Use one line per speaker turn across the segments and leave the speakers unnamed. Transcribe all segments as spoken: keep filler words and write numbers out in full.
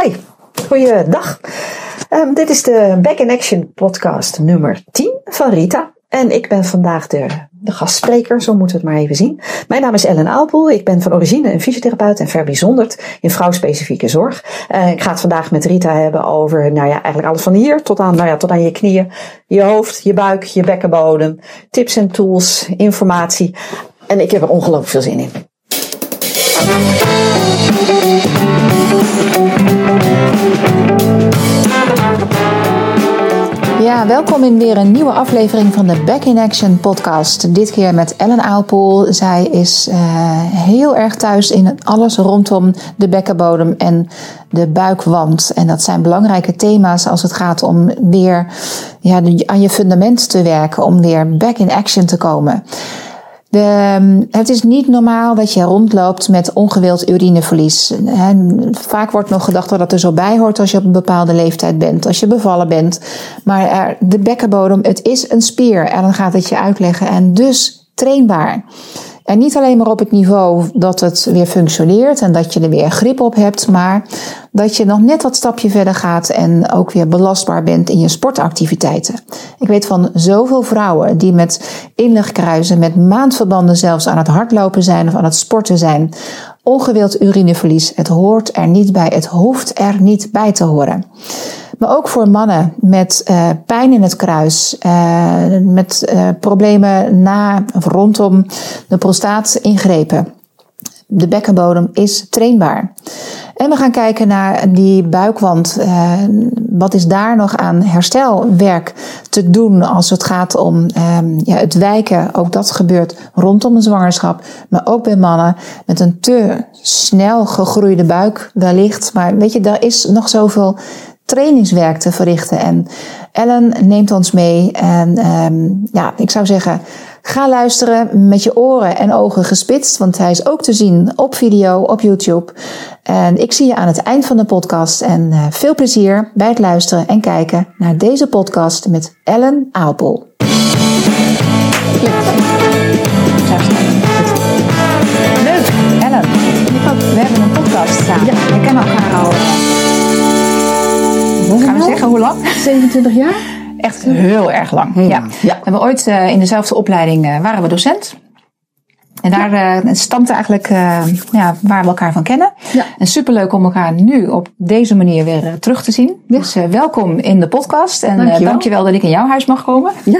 Hoi, goeiedag. Um, dit is de Back in Action podcast nummer tien van Rita. En ik ben vandaag de, de gastspreker, zo moeten we het maar even zien. Mijn naam is Ellen Aalpoel. Ik ben van origine een fysiotherapeut en verbijzonderd in vrouwspecifieke zorg. Uh, ik ga het vandaag met Rita hebben over, nou ja, eigenlijk alles van hier tot aan, nou ja, tot aan je knieën, je hoofd, je buik, je bekkenbodem, tips en tools, informatie. En ik heb er ongelooflijk veel zin in.
Ja, welkom in weer een nieuwe aflevering van de Back in Action podcast. Dit keer met Ellen Aalpoel. Zij is uh, heel erg thuis in alles rondom de bekkenbodem en de buikwand. En dat zijn belangrijke thema's als het gaat om weer ja, de, aan je fundament te werken, om weer back in action te komen. De, het is niet normaal dat je rondloopt met ongewild urineverlies. Vaak wordt nog gedacht dat dat er zo bij hoort als je op een bepaalde leeftijd bent, als je bevallen bent. Maar de bekkenbodem, het is een spier en dan gaat het je uitleggen en dus trainbaar. En niet alleen maar op het niveau dat het weer functioneert en dat je er weer grip op hebt, maar dat je nog net wat stapje verder gaat en ook weer belastbaar bent in je sportactiviteiten. Ik weet van zoveel vrouwen die met inlegkruisen, met maandverbanden zelfs aan het hardlopen zijn of aan het sporten zijn. Ongewild urineverlies, het hoort er niet bij, het hoeft er niet bij te horen. Maar ook voor mannen met uh, pijn in het kruis, uh, met uh, problemen na of rondom de prostaat-ingrepen. De bekkenbodem is trainbaar. En we gaan kijken naar die buikwand. Uh, wat is daar nog aan herstelwerk te doen als het gaat om um, ja, het wijken. Ook dat gebeurt rondom een zwangerschap. Maar ook bij mannen met een te snel gegroeide buik wellicht. Maar weet je, daar is nog zoveel trainingswerk te verrichten. En Ellen neemt ons mee. En um, ja, ik zou zeggen, ga luisteren met je oren en ogen gespitst. Want hij is ook te zien op video, op YouTube. En ik zie je aan het eind van de podcast. En uh, veel plezier bij het luisteren en kijken naar deze podcast met Ellen Aalpoel. Leuk, Ellen. We hebben een podcast samen. Ja. We kennen elkaar al. Gaan we zeggen hoe lang?
zevenentwintig jaar?
Echt heel erg lang. Ja. Ja. Ja. We hebben ooit uh, in dezelfde opleiding uh, waren we docent. En daar uh, het stamt eigenlijk uh, ja, waar we elkaar van kennen. Ja. En superleuk om elkaar nu op deze manier weer uh, terug te zien. Ja. Dus uh, welkom in de podcast. En dankjewel. Uh, dankjewel dat ik in jouw huis mag komen. Ja.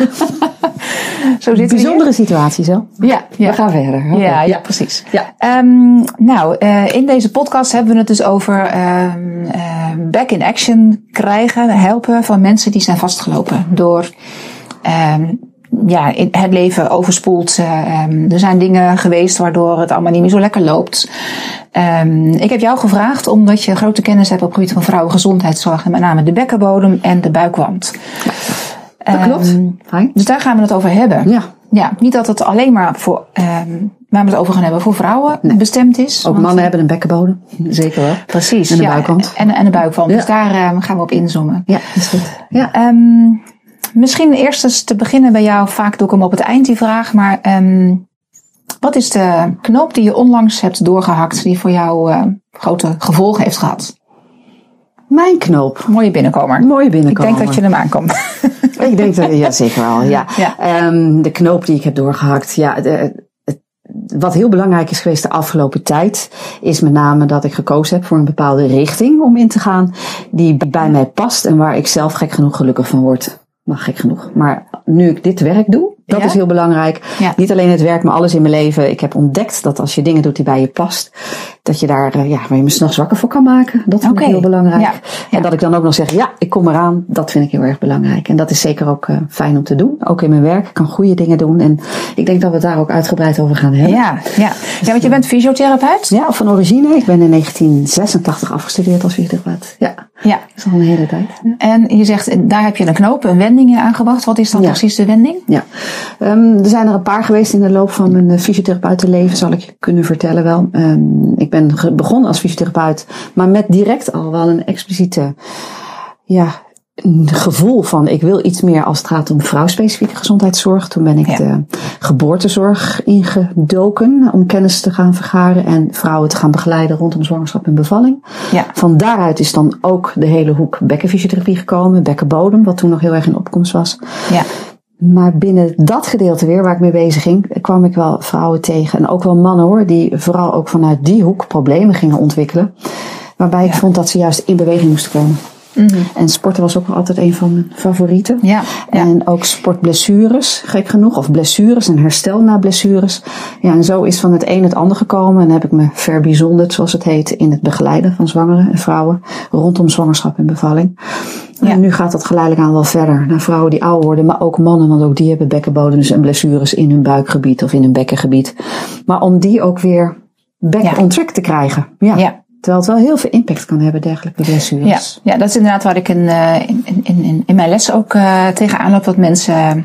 Zo zitten
bijzondere
we
situatie zo.
Ja, ja.
We gaan verder. Okay.
Ja, ja, precies. Ja. Um, nou, uh, in deze podcast hebben we het dus over uh, uh, back in action krijgen, helpen van mensen die zijn vastgelopen door um, ja, het leven overspoeld. Uh, um, er zijn dingen geweest waardoor het allemaal niet meer zo lekker loopt. Um, ik heb jou gevraagd omdat je grote kennis hebt op het gebied van vrouwengezondheidszorg en met name de bekkenbodem en de buikwand.
Dat klopt. Um,
dus daar gaan we het over hebben.
Ja.
Ja, niet dat het alleen maar voor, um, waar we het over gaan hebben, voor vrouwen nee. bestemd is.
Ook mannen hebben een bekkenbodem. Zeker wel.
Precies.
En een
ja,
buikwand.
En, en een buikwand. Ja. Dus daar um, gaan we op inzoomen.
Ja, dat is goed.
Ja. Um, misschien eerst eens te beginnen bij jou. Vaak doe ik hem op het eind die vraag. Maar um, wat is de knoop die je onlangs hebt doorgehakt, die voor jou uh, grote gevolgen heeft gehad?
Mijn knoop.
Mooie binnenkomer.
Mooie binnenkomer.
Ik denk dat je hem aankomt.
Ik denk dat, ja, zeker wel, ja. ja. Um, de knoop die ik heb doorgehakt, ja, de, het, wat heel belangrijk is geweest de afgelopen tijd, is met name dat ik gekozen heb voor een bepaalde richting om in te gaan, die bij mij past en waar ik zelf gek genoeg gelukkig van word. Nou, gek genoeg. Maar nu ik dit werk doe, dat ja? is heel belangrijk. Ja. Niet alleen het werk, maar alles in mijn leven. Ik heb ontdekt dat als je dingen doet die bij je past, dat je daar, ja, waar je me 's nachts wakker voor kan maken. Dat vind okay. ik heel belangrijk. Ja. Ja. En dat ik dan ook nog zeg, ja, ik kom eraan. Dat vind ik heel erg belangrijk. En dat is zeker ook uh, fijn om te doen. Ook in mijn werk. Ik kan goede dingen doen. En ik denk dat we het daar ook uitgebreid over gaan hebben.
Ja, ja. ja want je bent fysiotherapeut?
Ja, van origine. Ik ben in negentien zesentachtig afgestudeerd als fysiotherapeut. Ja. Ja. Dat is al een hele tijd. Ja.
En je zegt, daar heb je een knoop, een wending in aangebracht. Wat is dan ja. precies de wending?
Ja. Um, er zijn er een paar geweest in de loop van mijn fysiotherapeutenleven, zal ik je kunnen vertellen wel. Um, ik ben begonnen als fysiotherapeut, maar met direct al wel een expliciete, ja, een gevoel van ik wil iets meer als het gaat om vrouwspecifieke gezondheidszorg. Toen ben ik ja. de geboortezorg ingedoken om kennis te gaan vergaren en vrouwen te gaan begeleiden rondom zwangerschap en bevalling.
Ja.
Van daaruit is dan ook de hele hoek bekkenfysiotherapie gekomen, bekkenbodem, wat toen nog heel erg in opkomst was.
Ja.
Maar binnen dat gedeelte weer waar ik mee bezig ging, kwam ik wel vrouwen tegen. En ook wel mannen hoor, die vooral ook vanuit die hoek problemen gingen ontwikkelen. Waarbij ik ja. vond dat ze juist in beweging moesten komen. Mm-hmm. En sporten was ook wel altijd een van mijn favorieten.
Ja, ja.
En ook sportblessures, gek genoeg. Of blessures en herstel na blessures. Ja, en zo is van het een het ander gekomen. En heb ik me verbijzonderd, zoals het heet, in het begeleiden van zwangeren en vrouwen. Rondom zwangerschap en bevalling. Ja. En nu gaat dat geleidelijk aan wel verder. Naar vrouwen die oud worden, maar ook mannen. Want ook die hebben bekkenbodems en blessures in hun buikgebied of in hun bekkengebied. Maar om die ook weer back ja. on track te krijgen. Ja. ja. Terwijl het wel heel veel impact kan hebben, dergelijke blessures.
Ja, ja, dat is inderdaad waar ik in, in, in, in mijn les ook uh, tegenaan loop. Dat mensen uh,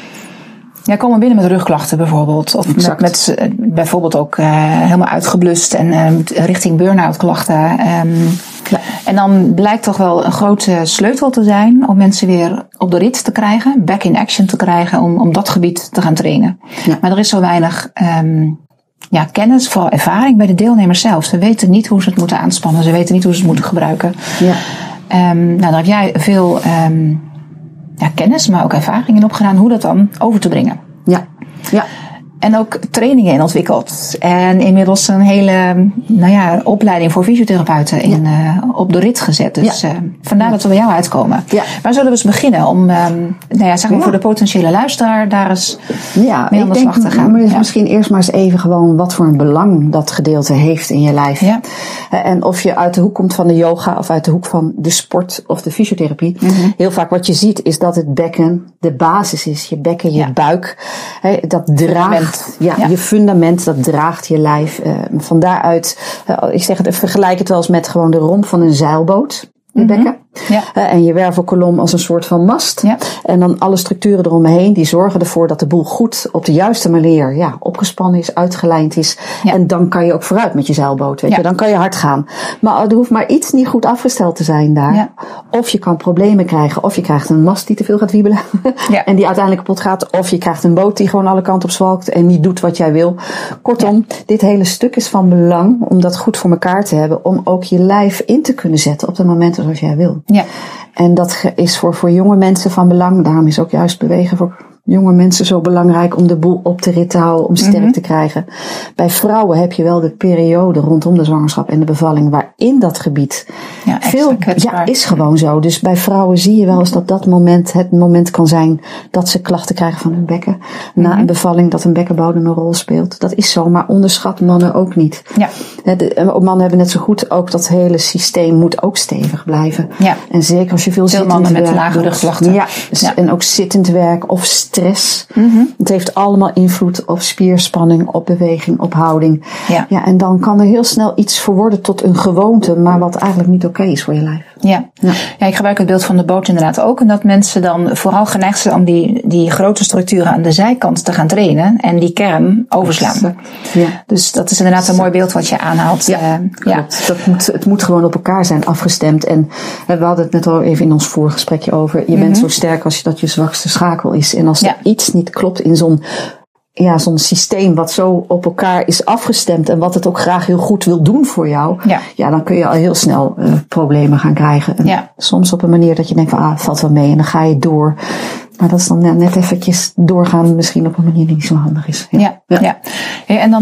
ja, komen binnen met rugklachten bijvoorbeeld. Of met, met uh, bijvoorbeeld ook uh, helemaal uitgeblust en uh, richting burn-out klachten. Um, ja. En dan blijkt toch wel een grote sleutel te zijn om mensen weer op de rit te krijgen. Back in action te krijgen om, om dat gebied te gaan trainen. Ja. Maar er is zo weinig... Um, Ja, kennis, vooral ervaring bij de deelnemers zelf. Ze weten niet hoe ze het moeten aanspannen. Ze weten niet hoe ze het moeten gebruiken. Ja. Um, nou, daar heb jij veel um, ja, kennis, maar ook ervaring in opgedaan. Hoe dat dan over te brengen.
Ja, ja.
En ook trainingen in ontwikkeld. En inmiddels een hele nou ja, opleiding voor fysiotherapeuten in, ja. uh, op de rit gezet. Dus ja. uh, vandaar ja. dat we bij jou uitkomen. Ja. Waar zullen we eens beginnen om um, nou ja, zeg maar ja. voor de potentiële luisteraar daar eens
ja, mee aan de slag te gaan? Maar ja. Misschien eerst maar eens even gewoon wat voor een belang dat gedeelte heeft in je lijf. Ja. Uh, en of je uit de hoek komt van de yoga of uit de hoek van de sport of de fysiotherapie. Mm-hmm. Heel vaak wat je ziet is dat het bekken de basis is. Je bekken, je ja. buik. Hey, dat draagt. Ja, ja, je fundament, dat draagt je lijf. Uh, van daaruit, uh, ik zeg het, vergelijk het wel eens met gewoon de romp van een zeilboot. Je mm-hmm. bekken. Ja. Uh, en je wervelkolom als een soort van mast. Ja. En dan alle structuren eromheen, die zorgen ervoor dat de boel goed op de juiste manier ja, opgespannen is, uitgelijnd is. Ja. En dan kan je ook vooruit met je zeilboot. Weet ja. je, dan kan je hard gaan. Maar er hoeft maar iets niet goed afgesteld te zijn daar. Ja. Of je kan problemen krijgen. Of je krijgt een mast die te veel gaat wiebelen. Ja. En die uiteindelijk kapot gaat. Of je krijgt een boot die gewoon alle kanten op zwalkt en niet doet wat jij wil. Kortom, ja. dit hele stuk is van belang om dat goed voor elkaar te hebben. Om ook je lijf in te kunnen zetten op de momenten zoals jij wil. Ja. En dat is voor, voor jonge mensen van belang. Daarom is ook juist bewegen voor jonge mensen zo belangrijk om de boel op de rit te houden, om sterk mm-hmm. te krijgen. Bij vrouwen heb je wel de periode rondom de zwangerschap en de bevalling waarin dat gebied ja, veel ja, is gewoon zo. Dus bij vrouwen zie je wel eens dat dat moment het moment kan zijn dat ze klachten krijgen van hun bekken. Mm-hmm. Na een bevalling dat een bekkenbodem een rol speelt. Dat is zo, maar onderschat mannen ook niet. Ja. De, mannen hebben net zo goed ook dat hele systeem moet ook stevig blijven. Ja. En zeker als je veel, veel zittend
mannen met lage rugklachten.
Ja, ja, en ook zittend werk of stress. Mm-hmm. Het heeft allemaal invloed op spierspanning, op beweging, op houding. Ja. Ja, en dan kan er heel snel iets voor worden tot een gewoonte, maar wat eigenlijk niet oké is voor je lijf.
Ja. Ja. ja, ik gebruik het beeld van de boot inderdaad ook. En dat mensen dan vooral geneigd zijn om die, die grote structuren aan de zijkant te gaan trainen en die kern overslaan. Ja. Dus dat is inderdaad een mooi beeld wat je aanhaalt. Ja, uh,
ja. Dat moet, het moet gewoon op elkaar zijn afgestemd. En we hadden het net al even in ons voorgesprekje over. Je mm-hmm. bent zo sterk als je dat je zwakste schakel is. En als ja. er iets niet klopt in zo'n ja, zo'n systeem wat zo op elkaar is afgestemd en wat het ook graag heel goed wil doen voor jou, ja, ja dan kun je al heel snel uh, problemen gaan krijgen. En ja. soms op een manier dat je denkt van, ah, valt wel mee en dan ga je door. Maar dat is dan net eventjes doorgaan misschien op een manier die niet zo handig is. Ja,
ja. ja. ja. ja en dan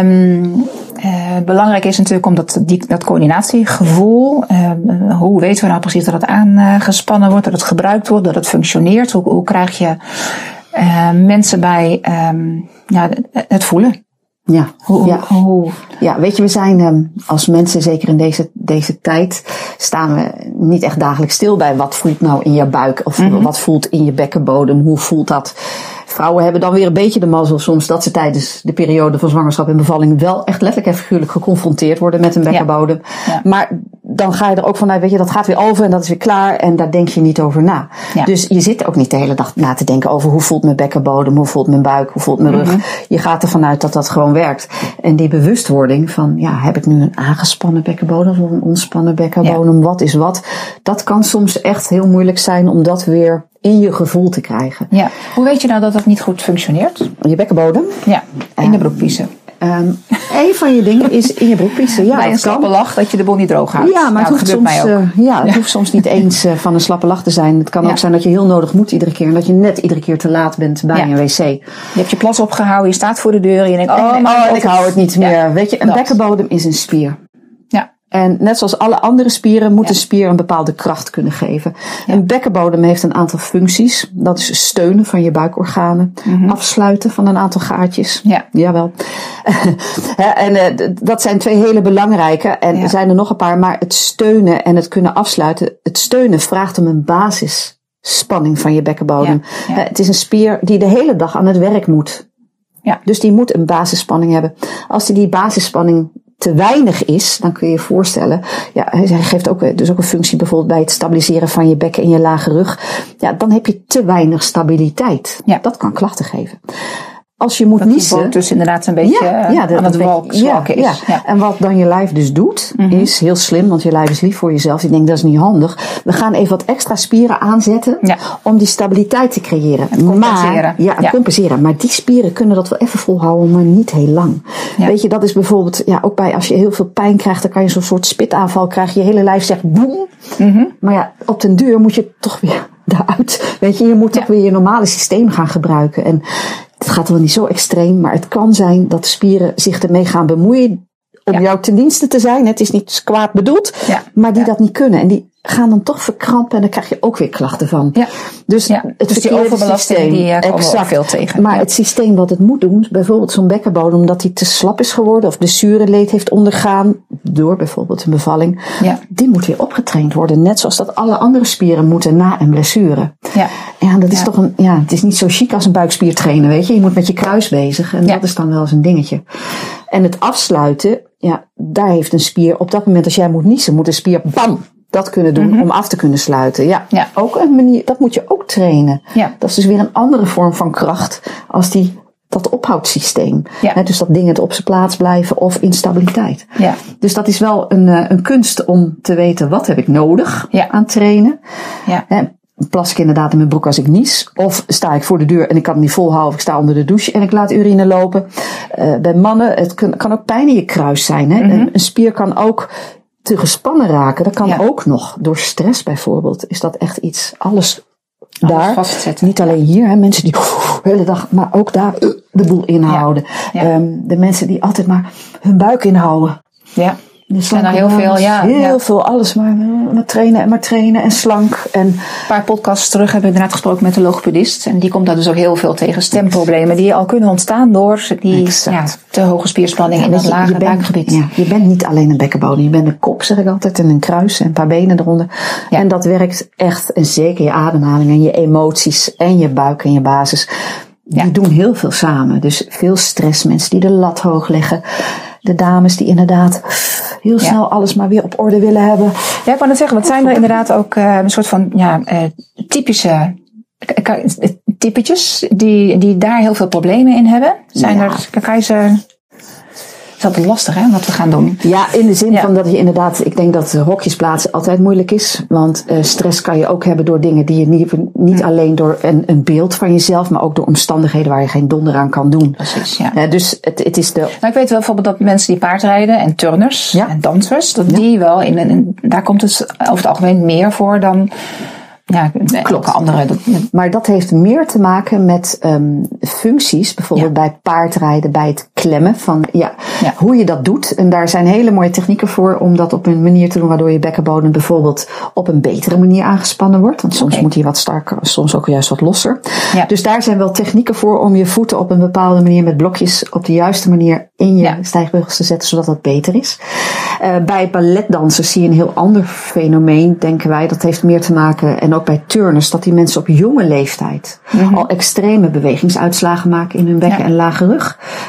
um, uh, belangrijk is natuurlijk om dat, die, dat coördinatiegevoel, uh, hoe weten we nou precies dat het aangespannen wordt, dat het gebruikt wordt, dat het functioneert, hoe, hoe krijg je Uh, mensen bij um, ja, het voelen.
Ja, hoe, ja. Hoe, ja, weet je, we zijn um, als mensen, zeker in deze, deze tijd, staan we niet echt dagelijks stil bij wat voelt nou in je buik of mm-hmm. wat voelt in je bekkenbodem, hoe voelt dat? Vrouwen hebben dan weer een beetje de mazzel soms dat ze tijdens de periode van zwangerschap en bevalling wel echt letterlijk en figuurlijk geconfronteerd worden met een bekkenbodem. Ja. Ja. Maar dan ga je er ook vanuit, weet je, dat gaat weer over en dat is weer klaar en daar denk je niet over na. Ja. Dus je zit ook niet de hele dag na te denken over hoe voelt mijn bekkenbodem, hoe voelt mijn buik, hoe voelt mijn rug. Mm-hmm. Je gaat ervan uit dat dat gewoon werkt. En die bewustwording van, ja, heb ik nu een aangespannen bekkenbodem of een ontspannen bekkenbodem, ja. Wat is wat? Dat kan soms echt heel moeilijk zijn om dat weer in je gevoel te krijgen.
Ja. Hoe weet je nou dat dat niet goed functioneert?
Je bekkenbodem?
Ja, in de broekpiezen.
Um, een van je dingen is in je broekpiezen. Ja,
bij een slappe lach dat je de boel niet droog houdt.
Ja, maar nou, het, hoeft soms, mij ook. Uh, ja, het ja. hoeft soms niet eens uh, van een slappe lach te zijn. Het kan ja. ook zijn dat je heel nodig moet iedere keer. En dat je net iedere keer te laat bent bij ja. een wc. Je
hebt je plas opgehouden, je staat voor de deur en je denkt,
oh,
nee,
maar oh, ik hou het niet meer.
Ja.
Weet je, een dat. bekkenbodem is een spier.
Ja.
En net zoals alle andere spieren moet ja. een spier een bepaalde kracht kunnen geven. Ja. Een bekkenbodem heeft een aantal functies. Dat is steunen van je buikorganen. Mm-hmm. Afsluiten van een aantal gaatjes. Ja. Jawel. en uh, dat zijn twee hele belangrijke. En ja. er zijn er nog een paar. Maar het steunen en het kunnen afsluiten. Het steunen vraagt om een basisspanning van je bekkenbodem. Ja. Ja. Uh, het is een spier die de hele dag aan het werk moet. Ja. Dus die moet een basisspanning hebben. Als die die basisspanning te weinig is, dan kun je je voorstellen, ja, hij geeft ook, dus ook een functie bijvoorbeeld bij het stabiliseren van je bekken en je lage rug. Ja, dan heb je te weinig stabiliteit. Ja. Dat kan klachten geven. Als je moet
dat
niezen.
Dat dus inderdaad een beetje ja, ja, aan het walken ja, is.
Ja. Ja. En wat dan je lijf dus doet, mm-hmm. is heel slim, want je lijf is lief voor jezelf. Je denkt, dat is niet handig. We gaan even wat extra spieren aanzetten ja. om die stabiliteit te creëren.
Het compenseren.
Maar, ja, het ja. compenseren. Maar die spieren kunnen dat wel even volhouden, maar niet heel lang. Ja. Weet je, dat is bijvoorbeeld, ja, ook bij als je heel veel pijn krijgt, dan kan je zo'n soort spitaanval krijgen. Je hele lijf zegt boem. Mm-hmm. Maar ja, op den duur moet je toch weer daaruit. Weet je, je moet ja. toch weer je normale systeem gaan gebruiken. En het gaat wel niet zo extreem, maar het kan zijn dat de spieren zich ermee gaan bemoeien om ja. jou ten dienste te zijn. Het is niet kwaad bedoeld, ja. maar die ja. dat niet kunnen. En die gaan dan toch verkrampen en dan krijg je ook weer klachten van. Ja. Dus,
ja.
het
dus die overbelasting
systeem,
die uh, komen ook veel tegen.
Maar
ja.
het systeem wat het moet doen, bijvoorbeeld zo'n bekkenbodem, omdat die te slap is geworden of blessureleed heeft ondergaan door bijvoorbeeld een bevalling, ja. die moet weer opgetraind worden. Net zoals dat alle andere spieren moeten na een blessure. Ja, ja dat is ja. toch een, ja, het is niet zo chic als een buikspier trainen, weet je. Je moet met je kruis bezig en ja. dat is dan wel eens een dingetje. En het afsluiten, ja, daar heeft een spier, op dat moment als jij moet niezen, moet een spier bam, dat kunnen doen mm-hmm. om af te kunnen sluiten. Ja, ja, ook een manier, dat moet je ook trainen. Ja. Dat is dus weer een andere vorm van kracht als die, dat ophoudssysteem. Ja. He, dus dat dingen op zijn plaats blijven of instabiliteit. Ja. Dus dat is wel een, een kunst om te weten wat heb ik nodig ja. aan trainen. Ja. He, plas ik inderdaad in mijn broek als ik nies? Of sta ik voor de deur en ik kan het niet volhouden of ik sta onder de douche en ik laat urine lopen? Uh, bij mannen, het kan, kan ook pijn in je kruis zijn. Hè? Mm-hmm. Een, een spier kan ook te gespannen raken. Dat kan ja. ook nog. Door stress bijvoorbeeld is dat echt iets. Alles, alles daar.
Vastzetten.
Niet alleen hier. Hè, mensen die de hele dag, maar ook daar uh, de boel inhouden. Ja. Ja. Um, de mensen die altijd maar hun buik inhouden.
Ja. Er zijn er heel veel, ja.
Heel
ja.
veel, alles maar, maar trainen en maar trainen en slank. En
een paar podcasts terug hebben we inderdaad gesproken met de logopedist. En die komt daar dus ook heel veel tegen. Stemproblemen die al kunnen ontstaan door die ja, te hoge spierspanning ja, in dat lage buikgebied.
Ja, je bent niet alleen een bekkenbodem. Je bent een kop, zeg ik altijd. En een kruis en een paar benen eronder. Ja. En dat werkt echt. En zeker je ademhaling en je emoties en je buik en je basis. Die ja. doen heel veel samen. Dus veel stress. Mensen die de lat hoog leggen. De dames die inderdaad heel snel ja. alles maar weer op orde willen hebben.
Ja, ik wou net zeggen, wat zijn er inderdaad ook uh, een soort van ja, uh, typische typetjes die, die daar heel veel problemen in hebben? Zijn ja. er, kan je ze... Het is altijd lastig, hè, wat we gaan doen.
Ja, in de zin ja. van dat je inderdaad, ik denk dat hokjes plaatsen altijd moeilijk is. Want uh, stress kan je ook hebben door dingen die je niet, niet hm. alleen door een, een beeld van jezelf, maar ook door omstandigheden waar je geen donder aan kan doen.
Precies, ja.
Uh, dus het, het is de...
Nou, ik weet wel bijvoorbeeld dat mensen die paardrijden en turners ja. en dansers, dat
ja.
die wel in een, daar komt het over het algemeen meer voor dan... Ja, klopt. Andere.
Maar dat heeft meer te maken met um, functies, bijvoorbeeld ja. bij paardrijden, bij het klemmen van ja, ja, hoe je dat doet. En daar zijn hele mooie technieken voor om dat op een manier te doen waardoor je bekkenbodem bijvoorbeeld op een betere manier aangespannen wordt. Want soms okay. moet hij wat sterker, soms ook juist wat losser. Ja. Dus daar zijn wel technieken voor om je voeten op een bepaalde manier met blokjes op de juiste manier in je ja. stijgbeugels te zetten, zodat dat beter is. Uh, bij balletdansers zie je een heel ander fenomeen, denken wij. Dat heeft meer te maken, en ook bij turners, dat die mensen op jonge leeftijd mm-hmm. al extreme bewegingsuitslagen maken in hun bekken ja. en lage rug. Waardoor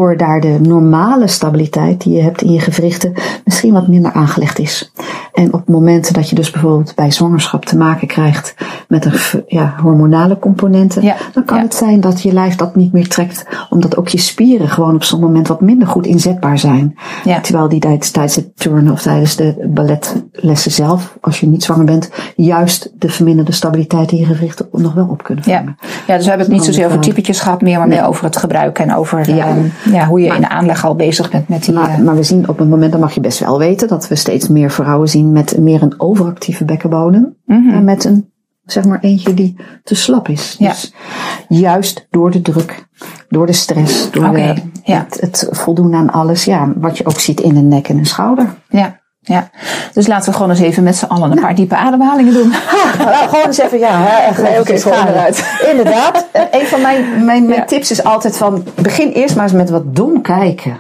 waardoor daar de normale stabiliteit die je hebt in je gewrichten misschien wat minder aangelegd is. En op momenten dat je dus bijvoorbeeld bij zwangerschap te maken krijgt met een ja, hormonale componenten, ja. dan kan ja. het zijn dat je lijf dat niet meer trekt, omdat ook je spieren gewoon op zo'n moment wat minder goed inzetbaar zijn. Ja. Terwijl die tijdens, tijdens het turnen of tijdens de balletlessen zelf, als je niet zwanger bent, juist de verminderde stabiliteit in je gewrichten nog wel op kunnen vangen.
Ja, ja dus we hebben het niet zozeer over typetjes gehad, meer maar nee. meer over het gebruik en over ja. Um, ja, hoe je maar, in de aanleg al bezig bent met die...
Maar, uh, maar we zien op het moment, dan mag je best wel weten, dat we steeds meer vrouwen zien met meer een overactieve bekkenbodem. Mm-hmm. En met een, zeg maar, eentje die te slap is.
Ja.
Dus juist door de druk, door de stress, door
okay.
de,
ja.
het, het voldoen aan alles. Ja, wat je ook ziet in de nek en de schouder.
Ja. Ja, dus laten we gewoon eens even met z'n allen een nou. paar diepe ademhalingen doen.
Ha, nou, gewoon eens even, ja. Hè,
nee, oké, gewoon eruit.
Inderdaad. Een van mijn, mijn, mijn ja. tips is altijd van, begin eerst maar eens met wat dom kijken.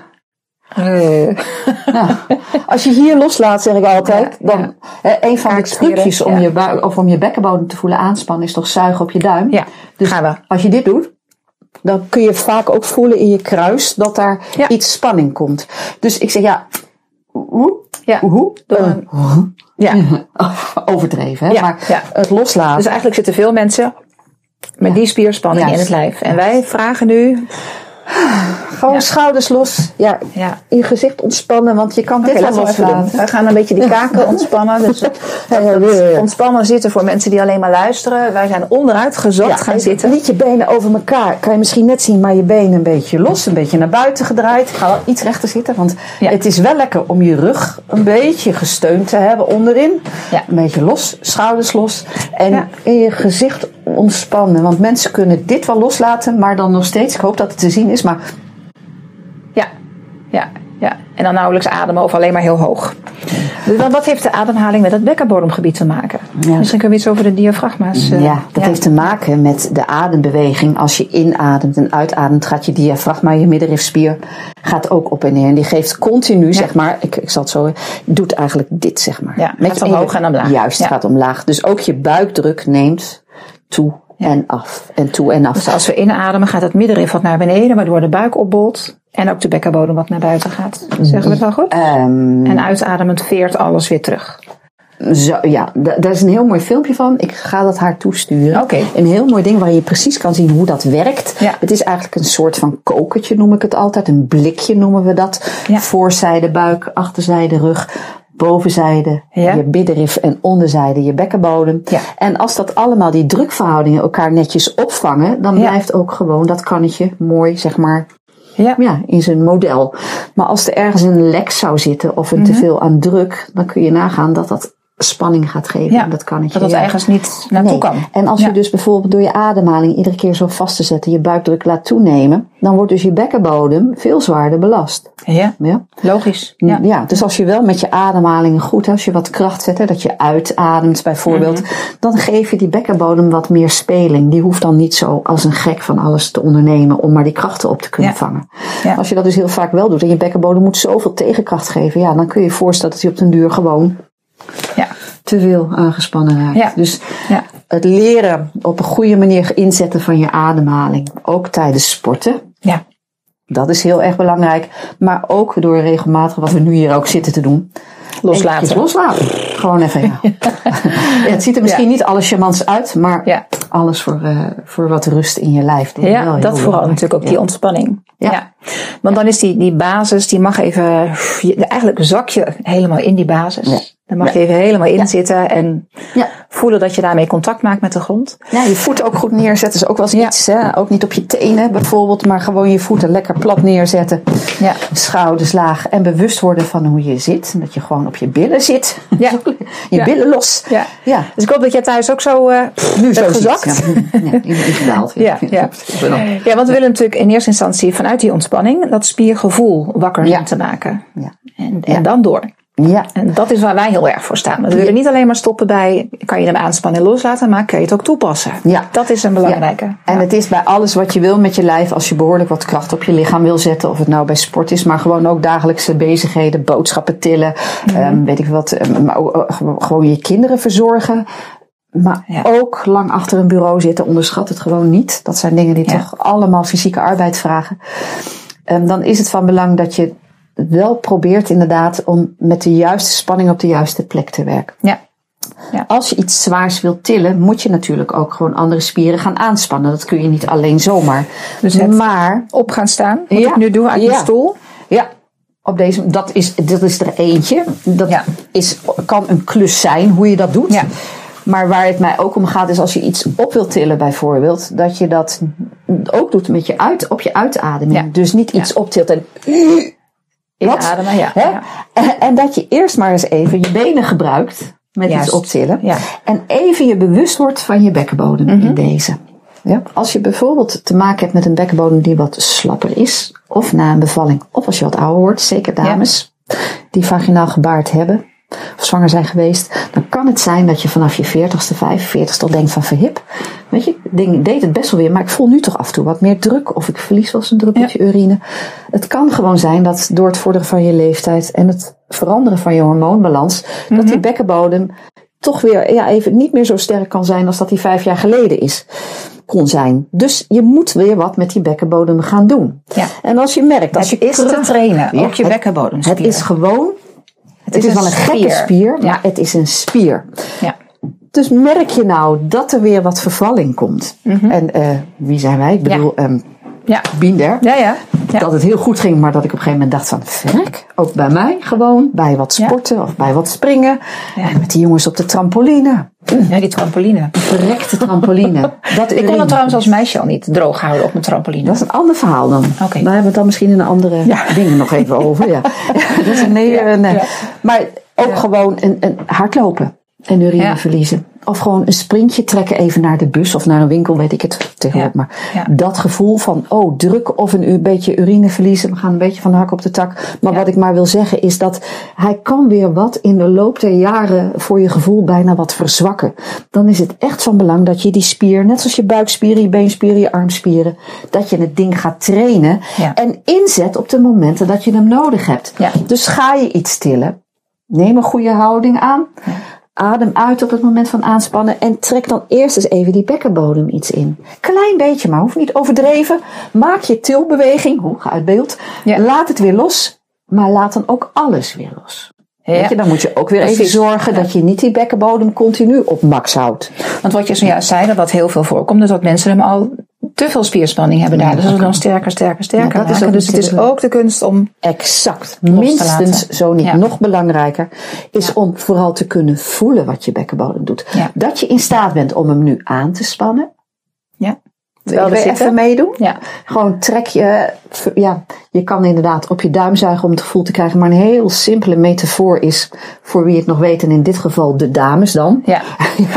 Uh. Ja. Als je hier loslaat, zeg ik altijd, ja, dan ja. Hè, een van de trucjes om, ja. je buik, of om je bekkenbodem te voelen aanspannen is toch zuigen op je duim.
Ja,
dus
gaan we.
Als je dit doet, dan kun je vaak ook voelen in je kruis dat daar ja. iets spanning komt. Dus ik zeg ja, hoe?
Ja,
hoe?
Een,
uh, ja. Overdreven, hè?
Ja,
maar
ja.
het loslaten.
Dus eigenlijk zitten veel mensen met ja. die spierspanning ja. in het lijf. En wij vragen nu...
Gewoon ja. schouders los. Ja, ja. Je gezicht ontspannen, want je kan okay, dit wel loslaten.
We gaan een beetje die kaken ontspannen. Dus dat, ja, ja, ja, ja. ontspannen zitten voor mensen die alleen maar luisteren. Wij zijn onderuit gezakt ja, gaan zitten.
Niet je benen over elkaar. Kan je misschien net zien, maar je benen een beetje los. Een beetje naar buiten gedraaid. Ik ga wel iets rechter zitten, want ja. het is wel lekker om je rug een beetje gesteund te hebben onderin.
Ja.
Een beetje los, schouders los. En
ja.
in je gezicht ontspannen. Want mensen kunnen dit wel loslaten, maar dan nog steeds, ik hoop dat het te zien is, maar...
Ja, ja, ja. En dan nauwelijks ademen of alleen maar heel hoog. Dus wat heeft de ademhaling met het bekkenbodemgebied te maken? Ja. Misschien kunnen we iets over de diafragma's... Uh,
ja, dat ja. heeft te maken met de adembeweging. Als je inademt en uitademt, gaat je diafragma, je middenrifspier, gaat ook op en neer. En die geeft continu, ja. zeg maar, ik, ik zal het zo, doet eigenlijk dit, zeg maar.
Ja, met gaat omhoog en omlaag.
Juist, ja. gaat omlaag. Dus ook je buikdruk neemt toe. Ja. En af. En toe en af.
Dus als we inademen gaat het middenrif wat naar beneden, waardoor de buik opbolt. En ook de bekkenbodem wat naar buiten gaat. Zeggen we het wel goed? Um, en uitademend veert alles weer terug.
Zo, ja, d- daar is een heel mooi filmpje van. Ik ga dat haar toesturen.
Okay.
Een heel mooi ding waar je precies kan zien hoe dat werkt.
Ja.
Het is eigenlijk een soort van kokertje, noem ik het altijd. Een blikje noemen we dat. Ja. Voorzijde buik, achterzijde rug. Bovenzijde, ja. je middenrif en onderzijde, je bekkenbodem.
Ja.
En als dat allemaal, die drukverhoudingen elkaar netjes opvangen, dan ja. blijft ook gewoon dat kannetje mooi, zeg maar, ja. Ja, in zijn model. Maar als er ergens een lek zou zitten of een mm-hmm. teveel aan druk, dan kun je nagaan dat dat spanning gaat geven.
Ja,
dat kannetje.
Dat dat ja. ergens niet naartoe nee. kan.
En als
ja.
je dus bijvoorbeeld door je ademhaling iedere keer zo vast te zetten, je buikdruk laat toenemen, dan wordt dus je bekkenbodem veel zwaarder belast.
Ja, ja. Logisch. Ja.
ja, dus als je wel met je ademhaling goed, als je wat kracht zet, hè, dat je uitademt bijvoorbeeld, mm-hmm. dan geef je die bekkenbodem wat meer speling. Die hoeft dan niet zo als een gek van alles te ondernemen om maar die krachten op te kunnen ja. vangen. Ja. Als je dat dus heel vaak wel doet en je bekkenbodem moet zoveel tegenkracht geven, ja, dan kun je je voorstellen dat hij op den duur gewoon
ja.
te veel aangespannen raakt.
Ja.
Dus
ja.
het leren op een goede manier inzetten van je ademhaling, ook tijdens sporten.
Ja.
Dat is heel erg belangrijk. Maar ook door regelmatig, wat we nu hier ook zitten te doen.
Loslaten.
Loslaten. Gewoon even, ja. ja. Het ziet er misschien ja. niet alles charmants uit, maar ja. alles voor, uh, voor wat rust in je lijf. Dat
ja, wel dat vooral natuurlijk ook ja. die ontspanning. Ja. ja. Want dan is die, die basis, die mag even, eigenlijk zak je helemaal in die basis. Ja. Dan mag ja. je even helemaal in ja. zitten en ja. voelen dat je daarmee contact maakt met de grond.
Ja, je voeten ook goed neerzetten is ook wel eens ja. iets. Hè? Ook niet op je tenen bijvoorbeeld, maar gewoon je voeten lekker plat neerzetten. Ja. Schouders laag en bewust worden van hoe je zit. Dat je gewoon op je billen zit. Ja. je ja. billen los.
Ja. Ja. Dus ik hoop dat jij thuis ook zo uh, nu zo gezakt.
Ziet, ja. ja, ingedaald.
Ja, ja. ja, want we willen natuurlijk in eerste instantie vanuit die ontspanning dat spiergevoel wakker ja. te maken. Ja. En, en ja. dan door.
Ja.
En dat is waar wij heel erg voor staan. We willen niet alleen maar stoppen bij, kan je hem aanspannen en loslaten, maar kun je het ook toepassen. Ja. Dat is een belangrijke. Ja.
En ja. het is bij alles wat je wil met je lijf, als je behoorlijk wat kracht op je lichaam wil zetten, of het nou bij sport is, maar gewoon ook dagelijkse bezigheden, boodschappen tillen, mm-hmm. um, weet ik wat, um, maar ook, uh, gewoon je kinderen verzorgen. Maar ja. ook lang achter een bureau zitten, onderschat het gewoon niet. Dat zijn dingen die ja. toch allemaal fysieke arbeid vragen. Um, dan is het van belang dat je wel probeert inderdaad om met de juiste spanning op de juiste plek te werken.
Ja. Ja.
Als je iets zwaars wilt tillen, moet je natuurlijk ook gewoon andere spieren gaan aanspannen. Dat kun je niet alleen zomaar.
Dus het maar op gaan staan, wat ja, ik nu doe uit ja. mijn stoel.
Ja, op deze, dat, is, dat is er eentje. Dat ja. is, kan een klus zijn, hoe je dat doet.
Ja.
Maar waar het mij ook om gaat, is als je iets op wilt tillen bijvoorbeeld, dat je dat ook doet met je uit, op je uitademing. Ja. Dus niet iets ja. optilt en...
Inademen, ja.
ja. En, en dat je eerst maar eens even je benen gebruikt met Juist. iets optillen.
Ja.
En even je bewust wordt van je bekkenbodem mm-hmm. in deze. Ja. Als je bijvoorbeeld te maken hebt met een bekkenbodem die wat slapper is, of na een bevalling, of als je wat ouder wordt, zeker dames ja. die vaginaal gebaard hebben, of zwanger zijn geweest, dan kan het zijn dat je vanaf je veertigste, vijfenveertigste al denkt van verhip. Weet je, ik deed het best wel weer, maar ik voel nu toch af en toe wat meer druk, of ik verlies wel eens een druppeltje ja. urine. Het kan gewoon zijn dat door het vorderen van je leeftijd en het veranderen van je hormoonbalans, mm-hmm. dat die bekkenbodem toch weer ja, even niet meer zo sterk kan zijn als dat die vijf jaar geleden is. Kon zijn. Dus je moet weer wat met die bekkenbodem gaan doen.
Ja.
En als je merkt, als
het
je
is te trainen, ja, ook je bekkenbodem.
Het is gewoon, het, het is, is wel een spier. gekke spier, maar ja. het is een spier.
Ja.
Dus merk je nou dat er weer wat vervalling komt. Mm-hmm. En uh, wie zijn wij? Ik bedoel, ja. um,
ja.
Binder.
Ja, ja. Ja.
Dat het heel goed ging, maar dat ik op een gegeven moment dacht van, verrek, ook bij mij gewoon, bij wat sporten ja. of bij wat springen. Ja. En met die jongens op de trampoline.
Ja, die trampoline.
Die verrekte trampoline. Dat
ik kon het trouwens als meisje al niet droog houden op mijn trampoline.
Dat is een ander verhaal dan.
Okay.
Daar hebben we het dan misschien in een andere ja. dingen nog even over. Ja. Dat is een, nee, ja. nee. Ja. Maar ook ja. gewoon een, een hardlopen en urine ja. verliezen. Of gewoon een sprintje trekken even naar de bus of naar een winkel, weet ik het tegenwoordig. Ja. Maar ja. dat gevoel van, oh, druk of een beetje urine verliezen. We gaan een beetje van de hak op de tak. Maar ja. wat ik maar wil zeggen is dat hij kan weer wat in de loop der jaren voor je gevoel bijna wat verzwakken. Dan is het echt van belang dat je die spier, net zoals je buikspieren, je beenspieren, je armspieren, dat je het ding gaat trainen.
Ja.
En inzet op de momenten dat je hem nodig hebt.
Ja.
Dus ga je iets tillen, neem een goede houding aan. Ja. Adem uit op het moment van aanspannen en trek dan eerst eens even die bekkenbodem iets in. Klein beetje, maar hoeft niet overdreven. Maak je tilbeweging, hoe ga uit beeld. Ja. Laat het weer los, maar laat dan ook alles weer los. Ja. Weet je, dan moet je ook weer Precies. even zorgen ja. dat je niet die bekkenbodem continu op max houdt.
Want wat je zojuist zei, dat dat heel veel voorkomt, is dat mensen hem al te veel spierspanning hebben daar. Ja, dus dat we dan sterker, sterker, sterker ja, dat maken. Is dus het is ook de kunst om
exact, minstens zo niet, ja. nog belangrijker, is ja. om vooral te kunnen voelen wat je bekkenbodem doet. Ja. Dat je in staat bent om hem nu aan te spannen.
Ja.
Wil je even meedoen? Ja. Gewoon trek je, ja, je kan inderdaad op je duim zuigen om het gevoel te krijgen, maar een heel simpele metafoor is, voor wie het nog weet, en in dit geval de dames dan.
Ja.
ja,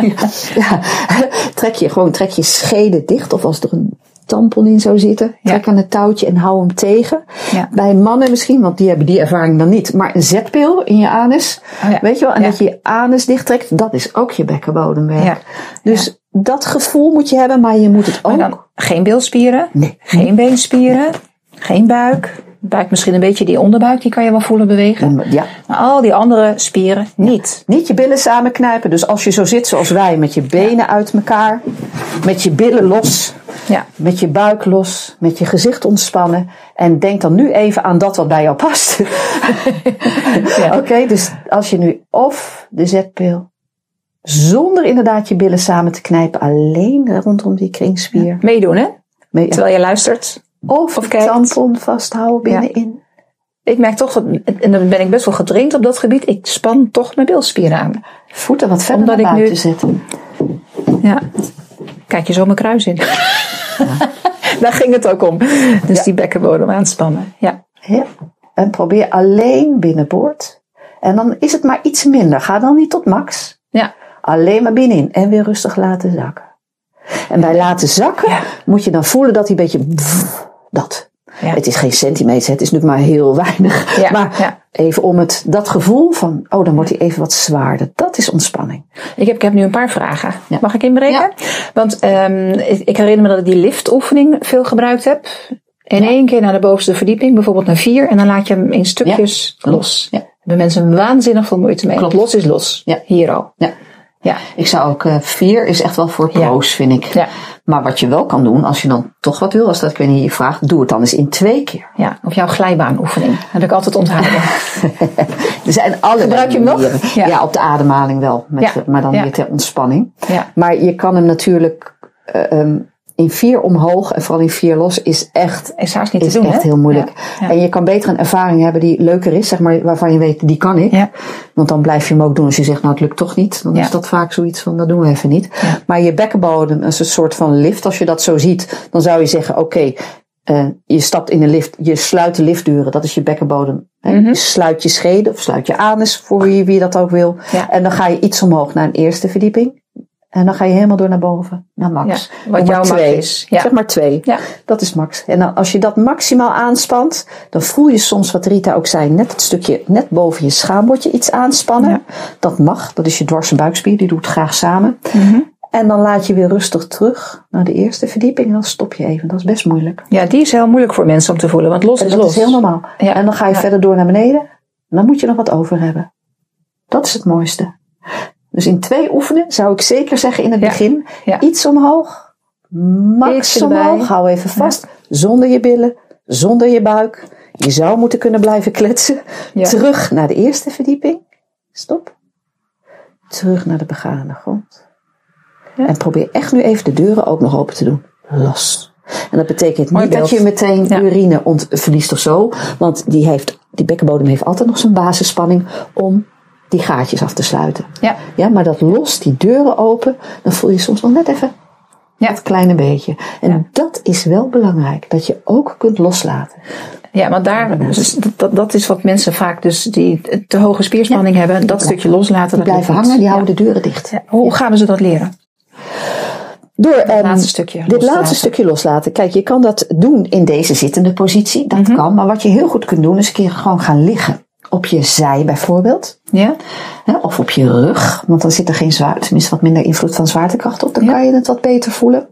ja, trek je gewoon, trek je schede dicht, of als er een tampon in zou zitten, trek ja. aan het touwtje en hou hem tegen. Ja. Bij mannen misschien, want die hebben die ervaring dan niet, maar een zetpil in je anus, oh ja. weet je wel, en ja. dat je je anus dicht trekt, dat is ook je bekkenbodemwerk. Ja. Dus ja. dat gevoel moet je hebben, maar je moet het ook.
Maar dan geen bilspieren,
nee.
geen beenspieren, geen buik. Buik misschien een beetje die onderbuik, die kan je wel voelen bewegen.
Ja.
Maar al die andere spieren niet.
Ja. Niet je billen samenknijpen. Dus als je zo zit zoals wij, met je benen ja. uit elkaar, met je billen los,
ja.
met je buik los, met je gezicht ontspannen. En denk dan nu even aan dat wat bij jou past. ja. Oké, okay, dus als je nu of de zetpil, zonder inderdaad je billen samen te knijpen, alleen rondom die kringspier. Ja.
Meedoen, hè? Me- ja. Terwijl je luistert.
Of, of de tampon vasthouden binnenin.
Ja. Ik merk toch, dat, en dan ben ik best wel getraind op dat gebied, ik span toch mijn bilspieren aan.
Voeten wat verder Omdat naar buiten nu, zetten.
Ja. Kijk je zo mijn kruis in. Ja. Daar ging het ook om. Dus ja. die bekkenbodem aanspannen. Ja.
ja. En probeer alleen binnenboord. En dan is het maar iets minder. Ga dan niet tot max.
Ja.
Alleen maar binnenin. En weer rustig laten zakken. En bij laten zakken ja. moet je dan voelen dat hij een beetje pff, dat. Ja. Het is geen centimeter, het is nu maar heel weinig.
Ja.
Maar ja. even om het, dat gevoel van, oh dan wordt hij even wat zwaarder. Dat is ontspanning.
Ik heb, ik heb nu een paar vragen.
Ja.
Mag ik inbreken? Ja. Want um, ik, ik herinner me dat ik die liftoefening veel gebruikt heb. In ja. één keer naar de bovenste verdieping, bijvoorbeeld naar vier. En dan laat je hem in stukjes ja. los. Ja. Daar hebben mensen waanzinnig veel moeite mee.
Klopt.
Los is los.
Ja.
Hier al.
Ja.
Ja.
Ik zou ook, uh, vier is echt wel voor pro's, ja. vind ik.
Ja.
Maar wat je wel kan doen, als je dan toch wat wil, als dat ik weet niet je vraagt, doe het dan eens in twee keer.
Ja, of jouw glijbaanoefening. Dat heb ik altijd onthouden.
Er zijn alle
Gebruik je hem nog?
Ja. ja, op de ademhaling wel. Met,
Ja.
Maar dan
ja.
weer ter ontspanning.
Ja.
Maar je kan hem natuurlijk uh, um, in vier omhoog en vooral in vier los is echt,
is haast niet
is
te doen,
echt
hè?
heel moeilijk.
Ja. Ja.
En je kan beter een ervaring hebben die leuker is, zeg maar, waarvan je weet, die kan ik.
Ja.
Want dan blijf je hem ook doen als je zegt, nou het lukt toch niet. Dan
ja.
is dat vaak zoiets van, dat doen we even niet.
Ja.
Maar je bekkenbodem is een soort van lift. Als je dat zo ziet, dan zou je zeggen, oké, okay, uh, je stapt in de lift, je sluit de liftdeuren, dat is je bekkenbodem. Mm-hmm. Je sluit je schede of sluit je anus, voor wie, wie dat ook wil.
Ja.
En dan ga je iets omhoog naar een eerste verdieping. En dan ga je helemaal door naar boven, naar max.
Ja, wat jouw max is. Ja.
Zeg maar twee.
Ja.
Dat is max. En dan, als je dat maximaal aanspant, dan voel je soms, wat Rita ook zei, net het stukje, net boven je schaambordje iets aanspannen. Ja. Dat mag. Dat is je dwarse buikspier, die doet graag samen.
Mm-hmm.
En dan laat je weer rustig terug naar de eerste verdieping en dan stop je even. Dat is best moeilijk.
Ja, die is heel moeilijk voor mensen om te voelen, want los
en
is
dat
los.
Dat is heel normaal. Ja. En dan ga je ja. verder door naar beneden. En dan moet je nog wat over hebben. Dat is het mooiste. Dus in twee oefenen zou ik zeker zeggen in het ja. begin. Ja. Iets omhoog. Max omhoog. Hou even vast. Ja. Zonder je billen. Zonder je buik. Je zou moeten kunnen blijven kletsen. Ja. Terug naar de eerste verdieping. Stop. Terug naar de begane grond. Ja. En probeer echt nu even de deuren ook nog open te doen. Los. En dat betekent niet dat je meteen ja. urine ont- verliest of zo. Want die, heeft, die bekkenbodem heeft altijd nog zijn basisspanning om die gaatjes af te sluiten.
Ja.
Ja, maar dat los, die deuren open, dan voel je soms nog net even ja. dat kleine beetje. En ja. dat is wel belangrijk, dat je ook kunt loslaten.
Ja, want daar, dus dat, dat is wat mensen vaak dus die te hoge spierspanning ja. hebben. Dat stukje loslaten.
Die blijven hangen, die houden ja. de deuren dicht.
Ja. Hoe gaan we ze dat leren?
Door
dit
um,
laatste stukje
dit
loslaten.
laatste stukje loslaten. Kijk, je kan dat doen in deze zittende positie. Dat
mm-hmm.
kan. Maar wat je heel goed kunt doen, is een keer gewoon gaan liggen. Op je zij bijvoorbeeld.
Ja.
Of op je rug. Want dan zit er geen zwaar, tenminste wat minder invloed van zwaartekracht op. Dan ja. kan je het wat beter voelen.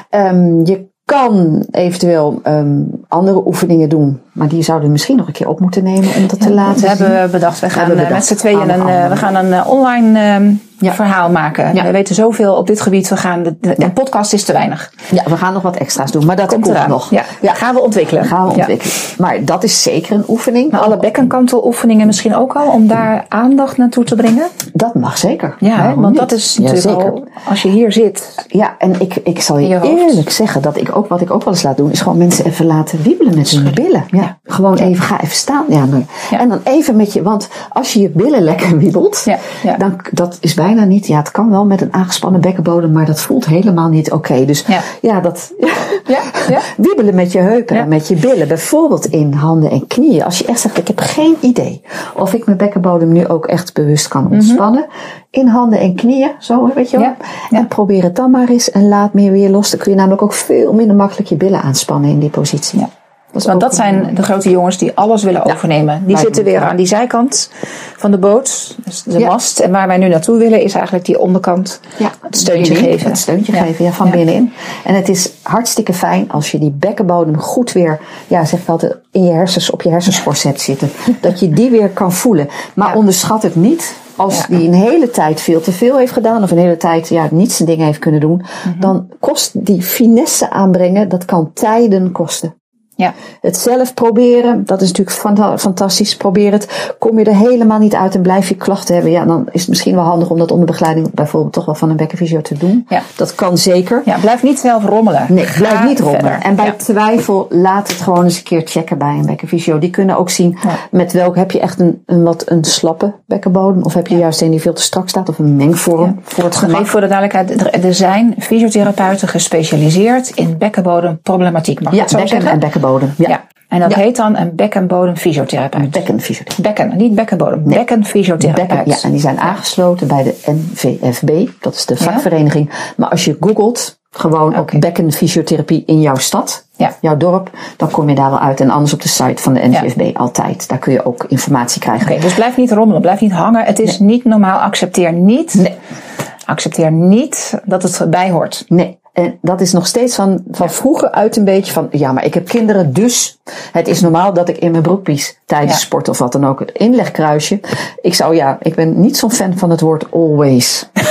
Um, je kan eventueel um, andere oefeningen doen. Maar die zouden we misschien nog een keer op moeten nemen om dat ja, te laten
we
zien.
hebben we bedacht. We gaan
bedacht.
met z'n tweeën een, uh, we gaan een uh, online um, ja. verhaal maken. Ja. We weten zoveel op dit gebied. We gaan de, de, ja. Een podcast is te weinig.
Ja, we gaan nog wat extra's doen. Maar dat komt, komt nog.
Ja. Ja, gaan we ontwikkelen.
Gaan we ontwikkelen. Ja. Maar dat is zeker een oefening.
Maar alle bekkenkanteloefeningen misschien ook al. Om daar aandacht naartoe te brengen.
Dat mag zeker.
Ja, hè, want niet? Dat is natuurlijk ja, al, als je hier zit.
Ja, en ik, ik zal je, je eerlijk zeggen. Dat ik ook, wat ik ook wel eens laat doen. Is gewoon mensen even laten wiebelen met hun billen. Ja. Ja. Gewoon ja. even, ga even staan. Ja, dan, ja. En dan even met je, want als je je billen lekker wiebelt. Ja. Ja. Dan, dat is bijna niet, ja het kan wel met een aangespannen bekkenbodem. Maar dat voelt helemaal niet oké. Okay. Dus ja, ja dat,
ja. Ja.
wiebelen met je heupen ja. en met je billen. Bijvoorbeeld in handen en knieën. Als je echt zegt, ik heb geen idee. Of ik mijn bekkenbodem nu ook echt bewust kan ontspannen. Mm-hmm. In handen en knieën, zo weet je wel. Ja. Ja. En probeer het dan maar eens en laat meer weer los. Dan kun je namelijk ook veel minder makkelijk je billen aanspannen in die positie. Ja.
Dat Want dat zijn de grote jongens die alles willen ja, overnemen. Die zitten weer aan die zijkant van de boot, dus de ja. mast. En waar wij nu naartoe willen is eigenlijk die onderkant
ja,
het steuntje
binnenin,
geven.
Het steuntje
ja.
geven ja, van ja. binnenin. En het is hartstikke fijn als je die bekkenbodem goed weer, ja zeg ik altijd, in je hersens, op je hersenspoor zet zitten. Dat je die weer kan voelen. Maar ja. onderschat het niet. Als ja. die een hele tijd veel te veel heeft gedaan. Of een hele tijd ja, niet zijn dingen heeft kunnen doen. Mm-hmm. Dan kost die finesse aanbrengen. Dat kan tijden kosten.
Ja.
Het zelf proberen, dat is natuurlijk fantastisch. Probeer het. Kom je er helemaal niet uit en blijf je klachten hebben. Ja, dan is het misschien wel handig om dat onder begeleiding bijvoorbeeld toch wel van een bekkenfysio te doen. Ja. Dat kan zeker.
Ja, blijf niet zelf rommelen.
Nee, blijf Ga niet rommelen.
Verder.
En bij
ja.
twijfel, laat het gewoon eens een keer checken bij een bekkenfysio. Die kunnen ook zien ja. met welk, heb je echt een, een wat een slappe bekkenbodem. Of heb je ja. juist een die veel te strak staat. Of een mengvorm ja. voor het gemak.
Even voor de duidelijkheid. Er zijn fysiotherapeuten gespecialiseerd in bekkenbodemproblematiek. Mag ik
ja,
het zo
bekken
zeggen?
en bekkenbodem. Ja.
ja. En dat
ja.
heet dan een bekkenbodemfysiotherapeut.
Bekkenfysiotherapeut.
Bekken, niet bekkenbodem. Nee. Bekkenfysiotherapeut.
Bekken, ja, en die zijn aangesloten bij de N V F B. Dat is de vakvereniging. Ja. Maar als je googelt, gewoon okay. op bekkenfysiotherapie in jouw stad, ja. jouw dorp, dan kom je daar wel uit. En anders op de site van de N V F B ja. altijd. Daar kun je ook informatie krijgen.
Oké, okay, dus blijf niet rommelen, blijf niet hangen. Het is nee. niet normaal. Accepteer niet.
Nee.
Accepteer niet dat het erbij hoort.
Nee. En dat is nog steeds van, van ja. vroeger uit een beetje van, ja, maar ik heb kinderen, dus het is normaal dat ik in mijn broek pies tijdens ja. sport of wat dan ook. Het inlegkruisje. Ik zou, ja, ik ben niet zo'n fan van het woord always.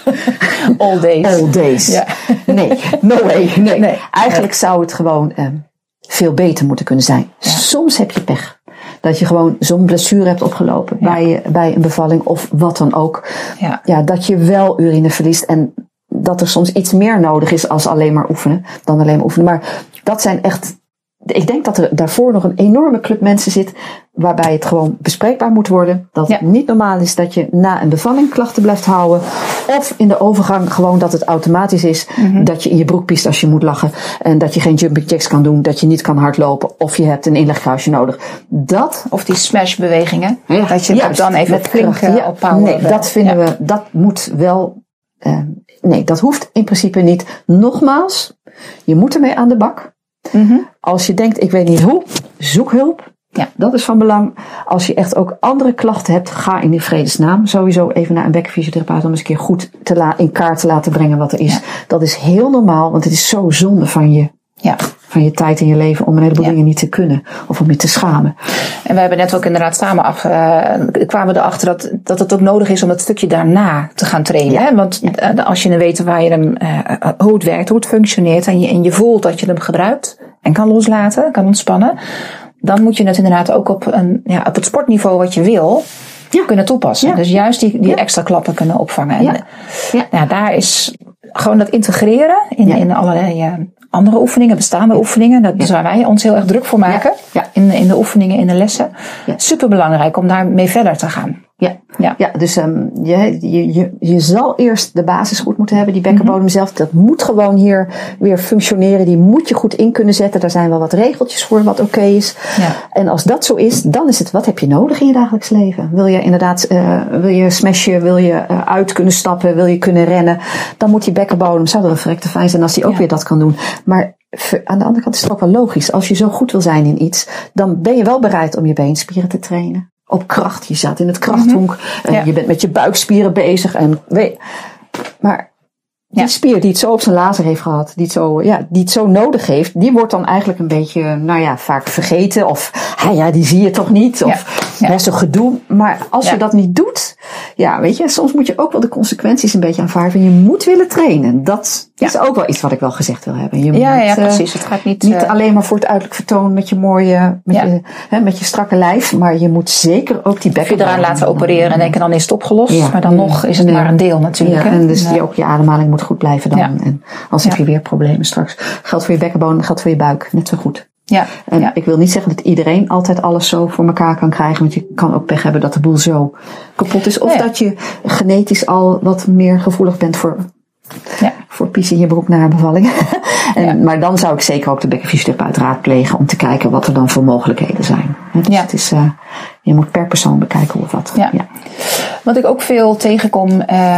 All days.
All days. Ja. Nee, no way. Nee. nee. Eigenlijk nee. zou het gewoon uh, veel beter moeten kunnen zijn. Ja. Soms heb je pech. Dat je gewoon zo'n blessure hebt opgelopen ja. bij, bij een bevalling of wat dan ook. Ja. Ja, dat je wel urine verliest en dat er soms iets meer nodig is als alleen maar oefenen. Dan alleen maar oefenen. Maar dat zijn echt... Ik denk dat er daarvoor nog een enorme club mensen zit waarbij het gewoon bespreekbaar moet worden. Dat ja. het niet normaal is dat je na een bevalling klachten blijft houden. Of in de overgang gewoon dat het automatisch is. Mm-hmm. Dat je in je broek piest als je moet lachen. En dat je geen jumping jacks kan doen. Dat je niet kan hardlopen. Of je hebt een inlegkruisje nodig. Dat.
Of die smashbewegingen. Ja, dat je juist, dan even flink ja, ophouden.
Nee, dat vinden ja. we. Dat moet wel. Uh, nee, dat hoeft in principe niet. Nogmaals, je moet ermee aan de bak. Mm-hmm. Als je denkt, ik weet niet hoe, zoek hulp. Ja. Dat is van belang. Als je echt ook andere klachten hebt, ga in die vredesnaam sowieso even naar een bekkenfysiotherapeut om eens een keer goed te la- in kaart te laten brengen wat er is. Ja. Dat is heel normaal, want het is zo zonde van je, ja. van je tijd in je leven om een heleboel ja. dingen niet te kunnen of om je te schamen.
En we hebben net ook inderdaad samen af, uh, kwamen we erachter dat, dat het ook nodig is om dat stukje daarna te gaan trainen. Ja. Hè? Want ja. uh, als je weet waar je hem, uh, hoe het werkt, hoe het functioneert en je, en je voelt dat je hem gebruikt en kan loslaten, kan ontspannen, dan moet je het inderdaad ook op, een, ja, op het sportniveau wat je wil ja. kunnen toepassen. Ja. Dus juist die, die ja. extra klappen kunnen opvangen. Ja. En ja. Ja, daar is gewoon dat integreren in, ja. in allerlei uh, andere oefeningen, bestaande ja. oefeningen. Daar ja. zouden wij ons heel erg druk voor maken. Ja. Ja. In, in de oefeningen, in de lessen. Ja. Superbelangrijk om daarmee verder te gaan.
Ja, ja. ja dus um, je, je, je, je zal eerst de basis goed moeten hebben, die bekkenbodem mm-hmm. zelf. Dat moet gewoon hier weer functioneren. Die moet je goed in kunnen zetten. Daar zijn wel wat regeltjes voor wat oké okay is. Ja. En als dat zo is, dan is het, wat heb je nodig in je dagelijks leven? Wil je inderdaad, uh, wil je smashen, wil je uh, uit kunnen stappen, wil je kunnen rennen? Dan moet die bekkenbodem, zou er een verrekte fijn zijn als die ook ja. weer dat kan doen. Maar aan de andere kant is het ook wel logisch. Als je zo goed wil zijn in iets, dan ben je wel bereid om je beenspieren te trainen. Op kracht. Je zat in het krachthonk. Mm-hmm. Ja. Je bent met je buikspieren bezig. En weet, maar die ja. spier die het zo op zijn lazer heeft gehad. Die het, zo, ja, die het zo nodig heeft. Die wordt dan eigenlijk een beetje, nou ja, vaak vergeten. Of, ah ja, die zie je toch niet. Of, ja. Ja. zo'n gedoe. Maar als ja. je dat niet doet. Ja, weet je, soms moet je ook wel de consequenties een beetje aanvaarden. Je moet willen trainen. Dat ja. is ook wel iets wat ik wel gezegd wil hebben. Je
ja,
moet,
ja, precies. Het gaat niet,
niet
uh,
alleen maar voor het uiterlijk vertoon met je mooie, met, ja. je, hè, met je strakke lijf. Maar je moet zeker ook die bekken.
Of je eraan laten opereren en denken dan is het opgelost. Ja. Maar dan ja. nog is het ja. maar een deel natuurlijk.
Ja, en dus ja. die, ook je ademhaling moet goed blijven dan. Ja. En anders ja. heb je weer problemen straks. Geldt voor je bekkenbodem, geldt voor je buik. Net zo goed.
Ja.
En
ja.
ik wil niet zeggen dat iedereen altijd alles zo voor elkaar kan krijgen. Want je kan ook pech hebben dat de boel zo kapot is. Of nee. dat je genetisch al wat meer gevoelig bent voor, ja. voor pies in je broek na een bevalling. en, ja. Maar dan zou ik zeker ook de bekkenfysiotherapeut raadplegen. Om te kijken wat er dan voor mogelijkheden zijn. Dus ja. het is, uh, je moet per persoon bekijken hoe wat.
Ja. Ja. Wat ik ook veel tegenkom.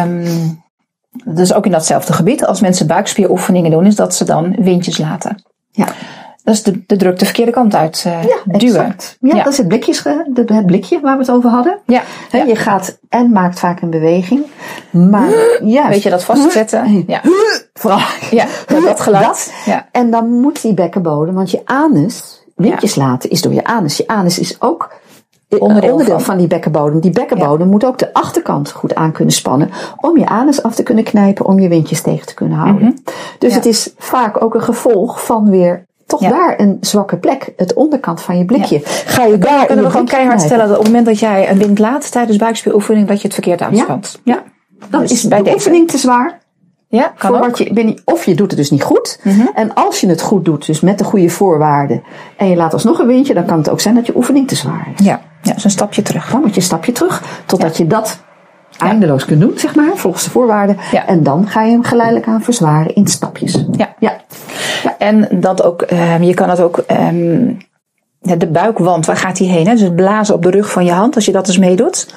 Um, dus ook in datzelfde gebied. Als mensen buikspieroefeningen doen. Is dat ze dan windjes laten. Ja. Dat is de, de druk de verkeerde kant uit uh, ja, duwen.
Exact. Ja, ja, dat is het, blikjes, het blikje waar we het over hadden. Ja. He, ja. Je gaat en maakt vaak een beweging. Maar juist.
Weet je dat vastzetten? Ja.
Vooral.
Ja, dat geluid. Dat.
Ja. En dan moet die bekkenbodem, want je anus, windjes ja. laten is door je anus. Je anus is ook onderdeel, onderdeel van. van die bekkenbodem. Die bekkenbodem ja. moet ook de achterkant goed aan kunnen spannen. Om je anus af te kunnen knijpen, om je windjes tegen te kunnen houden. Mm-hmm. Dus ja. het is vaak ook een gevolg van weer toch ja. daar een zwakke plek, het onderkant van je blikje. Ja. Ga je daar
kunnen we gewoon keihard stellen dat op het moment dat jij een wind laat tijdens buikspieroefening, dat je het verkeerd aanspant. Ja. ja.
Dan dus is bij de oefening deze. te zwaar.
Ja, kan
voor
ook.
Wat je, ben je, of je doet het dus niet goed.
Mm-hmm.
En als je het goed doet, dus met de goede voorwaarden, en je laat alsnog een windje, dan kan het ook zijn dat je oefening te zwaar is.
Ja, ja, dus een stapje terug.
Dan moet je een stapje terug, totdat ja. je dat eindeloos kunt doen, zeg maar, volgens de voorwaarden. Ja. En dan ga je hem geleidelijk aan verzwaren in stapjes.
Ja. ja. ja. En dat ook, um, je kan het ook, um, de buikwand, waar gaat die heen? Hè? Dus het blazen op de rug van je hand, als je dat eens meedoet.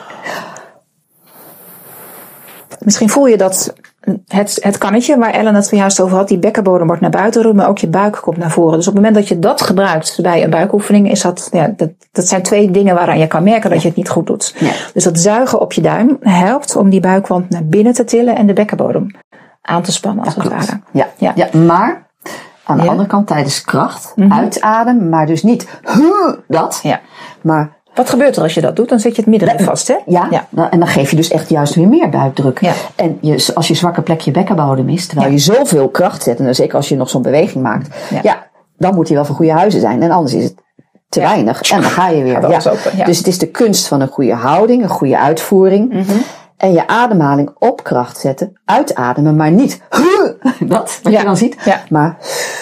Misschien voel je dat het, het kannetje waar Ellen het zojuist over had, die bekkenbodem wordt naar buiten, maar ook je buik komt naar voren. Dus op het moment dat je dat gebruikt bij een buikoefening, is dat, ja, dat, dat zijn twee dingen waaraan je kan merken dat je het niet goed doet. Ja. Dus dat zuigen op je duim helpt om die buikwand naar binnen te tillen en de bekkenbodem aan te spannen, als
dat
het
klopt.
ware.
Ja, ja. ja, maar aan de ja. andere kant tijdens kracht, mm-hmm. uitademen, maar dus niet huh, dat, ja. maar
Wat gebeurt er als je dat doet? Dan zet je het middenrif vast, hè?
Ja, ja, en dan geef je dus echt juist weer meer buikdruk.
Ja.
En je, als je zwakke plek je bekkenbodem is, terwijl ja. je zoveel kracht zet, en dan zeker als je nog zo'n beweging maakt, ja. ja, dan moet hij wel van goede huizen zijn. En anders is het te ja. weinig. En dan ga je weer. Ja. Open, ja. Dus het is de kunst van een goede houding, een goede uitvoering. Mm-hmm. En je ademhaling op kracht zetten. Uitademen, maar niet dat, wat ja. je dan ziet. Ja. Maar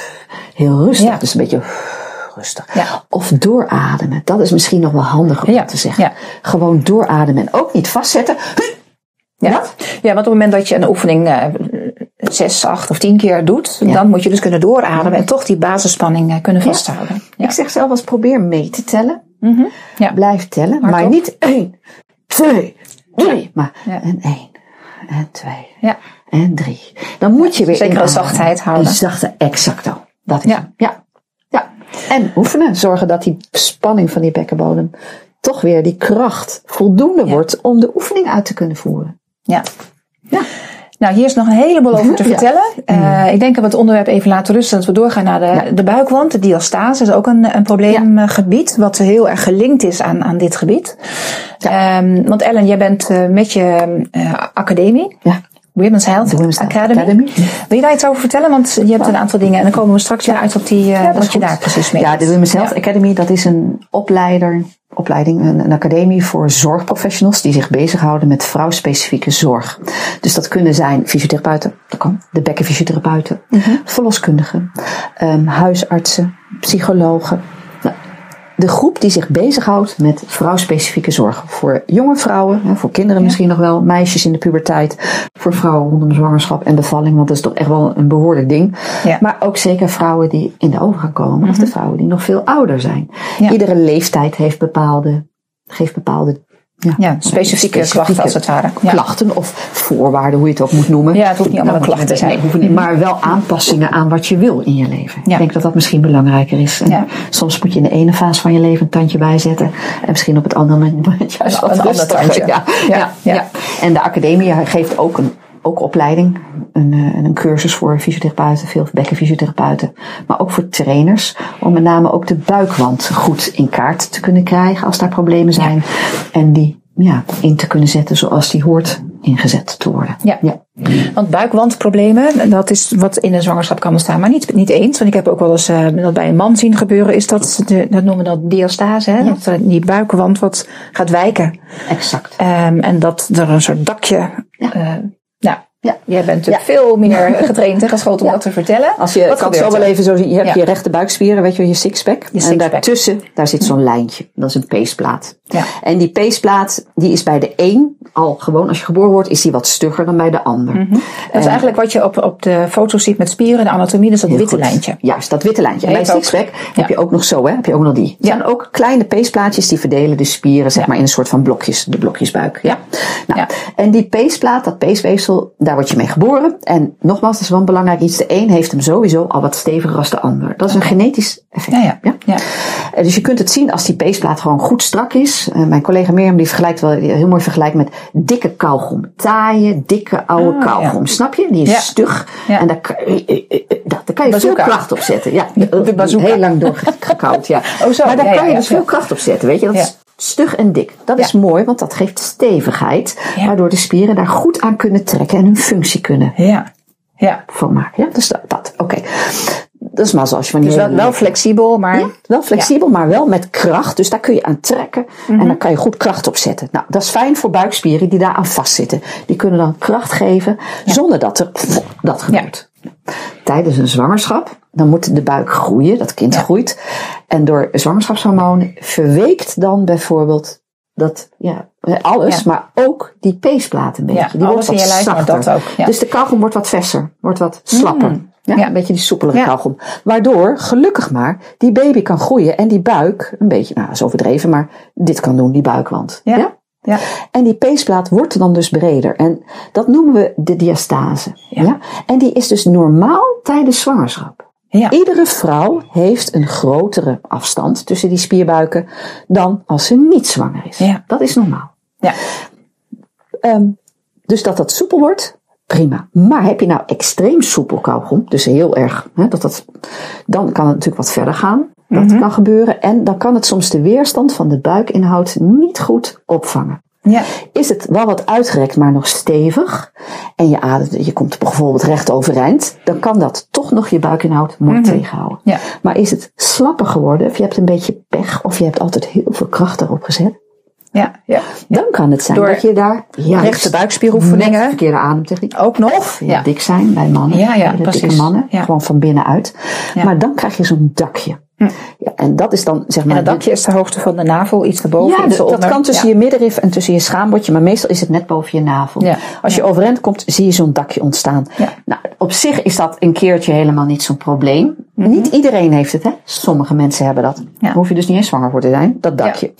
heel rustig. Ja. Dus een beetje rustig. Ja. Of doorademen. Dat is misschien nog wel handiger om ja. te zeggen. Ja. Gewoon doorademen. En ook niet vastzetten.
Ja. Dat? Ja, want op het moment dat je een oefening uh, zes, acht of tien keer doet, ja. dan moet je dus kunnen doorademen en toch die basisspanning uh, kunnen vasthouden. Ja.
Ja. Ik zeg zelf eens, probeer mee te tellen.
Mm-hmm. Ja.
Blijf tellen, maar, maar niet één, twee, drie, maar ja. en één, en twee, ja. en drie. Dan moet je weer
zeker een zachtheid houden.
Een zachte, exacto. Dat is ja. ja. ja. En oefenen, zorgen dat die spanning van die bekkenbodem toch weer die kracht voldoende ja. wordt om de oefening uit te kunnen voeren.
Ja. ja. Nou, hier is nog een heleboel over te vertellen. Ja. Uh, ik denk dat we het onderwerp even laten rusten. Dat we doorgaan naar de, ja. de buikwand. De diastase is ook een, een probleemgebied. Ja. Wat heel erg gelinkt is aan, aan dit gebied. Ja. Um, want Ellen, jij bent uh, met je uh, academie. Ja. Women's Health Women's Academy. Academy. Wil je daar iets over vertellen? Want je hebt een aantal dingen. En dan komen we straks weer uit op die, uh, ja, wat je daar precies mee
Ja, de Women's Health ja. Academy, dat is een opleider, opleiding, een, een academie voor zorgprofessionals die zich bezighouden met vrouwspecifieke zorg. Dus dat kunnen zijn fysiotherapeuten, dat kan, de bekkenfysiotherapeuten, mm-hmm. verloskundigen, um, huisartsen, psychologen. Nou, de groep die zich bezighoudt met vrouwspecifieke zorg. Voor jonge vrouwen, voor kinderen ja. misschien nog wel, meisjes in de puberteit, voor vrouwen rondom zwangerschap en bevalling, want dat is toch echt wel een behoorlijk ding. Ja. Maar ook zeker vrouwen die in de overgang komen, mm-hmm. of de vrouwen die nog veel ouder zijn. Ja. Iedere leeftijd heeft bepaalde, geeft bepaalde
Ja, ja specifieke, specifieke klachten als het ware. Ja.
Klachten of voorwaarden, hoe je het ook moet noemen.
Ja, het hoeft niet allemaal klachten te zijn.
Nee, maar wel aanpassingen aan wat je wil in je leven. Ja. Ik denk dat dat misschien belangrijker is. En ja. Soms moet je in de ene fase van je leven een tandje bijzetten. En misschien op het andere moment juist wat
een ander tandje.
Ja. Ja. Ja. Ja. Ja. En de academie geeft ook een ook opleiding, een, een cursus voor fysiotherapeuten, veel bekkenfysiotherapeuten, maar ook voor trainers, om met name ook de buikwand goed in kaart te kunnen krijgen als daar problemen zijn. Ja. En die ja, in te kunnen zetten zoals die hoort ingezet te worden.
Ja. ja. Want buikwandproblemen, dat is wat in een zwangerschap kan ontstaan, maar niet, niet eens. Want ik heb ook wel eens uh, dat bij een man zien gebeuren, is dat, de, dat noemen we dat diastase, hè? Ja. Dat die buikwand wat gaat wijken.
Exact.
Um, en dat er een soort dakje
ja.
Uh, nou, ja. Jij bent natuurlijk ja. veel meer getraind en geschoold om ja. dat te vertellen.
Als je, Wat kan het zo wel even zo zien. Je hebt ja. je rechte buikspieren, weet je, je sixpack. Je six en daartussen, daar zit zo'n lijntje. Dat is een peesplaat. Ja. En die peesplaat, die is bij de een al gewoon, als je geboren wordt, is die wat stugger dan bij de ander.
Mm-hmm. Dat en, is eigenlijk wat je op, op de foto ziet met spieren, de anatomie, dus dat witte goed. lijntje.
Juist, dat witte lijntje. En bij sixpack ja. heb je ook nog zo, hè, heb je ook nog die. Het ja. zijn ook kleine peesplaatjes die verdelen de spieren, zeg ja. maar, in een soort van blokjes, de blokjesbuik. Ja. Nou, ja. En die peesplaat, dat peesweefsel, daar word je mee geboren. En nogmaals, dat is wel een belangrijk iets. De een heeft hem sowieso al wat steviger als de ander. Dat is een genetisch effect. Ja, ja. Ja? Ja. Uh, dus je kunt het zien als die peesplaat gewoon goed strak is. Uh, mijn collega Mirjam die vergelijkt wel heel mooi vergelijkt met dikke kauwgom. Taaie, dikke, oude oh, kauwgom. Ja. Snap je? Die is ja. stug. Ja. En daar kan, uh, uh, uh, daar kan je bazooka. veel kracht op zetten. Ja, de bazooka. Heel lang doorgekauwd. Ja. Oh, zo. Maar daar ja, kan ja, je dus ja. veel kracht op zetten. Weet je, dat ja. is stug en dik. Dat ja. is mooi, want dat geeft stevigheid. Ja. Waardoor de spieren daar goed aan kunnen trekken en hun functie kunnen ja. Ja. van maken. Ja, dus dat. dat. Oké. Okay. Dat is maar zoals je van die
dus wel, wel flexibel, maar...
Ja, wel flexibel, ja. maar wel met kracht. Dus daar kun je aan trekken. Mm-hmm. En dan kan je goed kracht op zetten. Nou, dat is fijn voor buikspieren die daar aan vastzitten. Die kunnen dan kracht geven, ja. zonder dat er pff, dat gebeurt. Ja. Tijdens een zwangerschap, dan moet de buik groeien. Dat kind ja. groeit. En door zwangerschapshormoon verweekt dan bijvoorbeeld dat, ja, alles, ja. maar ook die peesplaat een beetje.
Ja,
die wordt wat
lijf,
zachter.
Dat ook, ja.
Dus de kauwgom wordt wat verser, wordt wat slapper. Mm. Ja, ja. Een beetje die soepelere ja. kauwgom. Waardoor, gelukkig maar, die baby kan groeien en die buik, een beetje, nou, dat is overdreven, maar dit kan doen, die buikwand. Ja. Ja? Ja. En die peesplaat wordt dan dus breder. En dat noemen we de diastase. Ja. Ja? En die is dus normaal tijdens zwangerschap. Ja. Iedere vrouw heeft een grotere afstand tussen die spierbuiken dan als ze niet zwanger is. Ja. Dat is normaal. Ja. Um, dus dat dat soepel wordt, prima. Maar heb je nou extreem soepel kauwgom, dus heel erg, hè, dat dat, dan kan het natuurlijk wat verder gaan. Dat
Mm-hmm.
kan gebeuren. En dan kan het soms de weerstand van de buikinhoud niet goed opvangen.
Ja.
Is het wel wat uitgerekt, maar nog stevig. En je ademt, je komt bijvoorbeeld recht overeind. Dan kan dat toch nog je buikinhoud mooi
Mm-hmm.
tegenhouden.
Ja.
Maar is het slapper geworden, of je hebt een beetje pech, of je hebt altijd heel veel kracht erop gezet.
Ja, ja.
Dan kan het zijn
Door
dat je daar juist
rechte buikspieroefeningen.
met verkeerde ademtechniek.
Ook nog.
Of heel
Ja.
dik zijn bij mannen.
Ja, ja,
hele
precies.
dikke mannen.
Ja.
Gewoon van binnenuit.
Ja.
Maar dan krijg je zo'n dakje.
Hm.
Ja, en dat is dan zeg maar.
En dat dakje is de hoogte van de navel, iets erboven,
Ja,
iets
dat,
eronder.
dat kan tussen
Ja.
je middenrif en tussen je schaambodje. Maar meestal is het net boven je navel.
Ja.
Als je
Ja.
overeind komt, zie je zo'n dakje ontstaan.
Ja.
Nou, op zich is dat een keertje helemaal niet zo'n probleem.
Mm-hmm.
Niet iedereen heeft het, hè. Sommige mensen hebben dat.
Ja.
Daar hoef je dus niet eens zwanger voor te zijn. Dat dakje.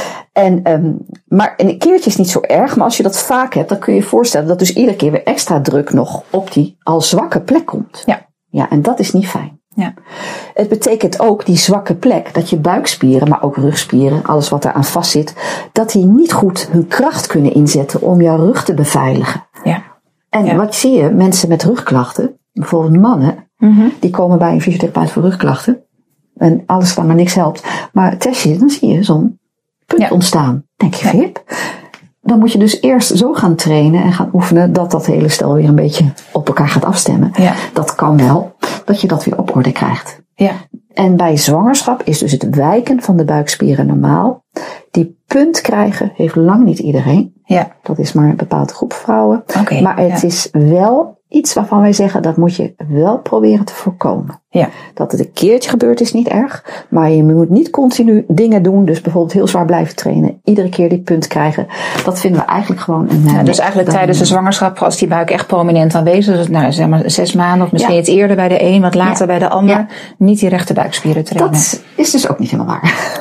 En, um, maar een keertje is niet zo erg. Maar als je dat vaak hebt, dan kun je je voorstellen dat dus iedere keer weer extra druk nog op die al zwakke plek komt.
Ja.
Ja, en dat is niet fijn.
Ja.
Het betekent ook die zwakke plek, dat je buikspieren, maar ook rugspieren, alles wat eraan vast zit, dat die niet goed hun kracht kunnen inzetten om jouw rug te beveiligen.
Ja.
En
Ja.
wat zie je? Mensen met rugklachten, bijvoorbeeld mannen,
Mm-hmm.
die komen bij een fysiotherapeut voor rugklachten. En alles kan maar niks helpt. Maar test je, dan zie je zo'n punt
Ja.
ontstaan. Denk je,
Ja.
Vip? Dan moet je dus eerst zo gaan trainen en gaan oefenen dat dat hele stel weer een beetje op elkaar gaat afstemmen.
Ja.
Dat kan wel, dat je dat weer op orde krijgt.
Ja.
En bij zwangerschap is dus het wijken van de buikspieren normaal. Die punt krijgen heeft lang niet iedereen.
Ja.
Dat is maar een bepaalde groep vrouwen.
Oké,
maar het
ja.
is wel iets waarvan wij zeggen, dat moet je wel proberen te voorkomen.
Ja.
Dat het een keertje gebeurt is niet erg. Maar je moet niet continu dingen doen. Dus bijvoorbeeld heel zwaar blijven trainen. Iedere keer die punt krijgen. Dat vinden we eigenlijk gewoon een...
Ja, dus eigenlijk
dan,
tijdens de zwangerschap, als die buik echt prominent aanwezig is, nou, zeg maar zes maanden of misschien
Ja.
iets eerder bij de een, wat later
Ja.
bij de ander,
Ja.
niet die rechte buikspieren trainen.
Dat is dus ook niet helemaal waar.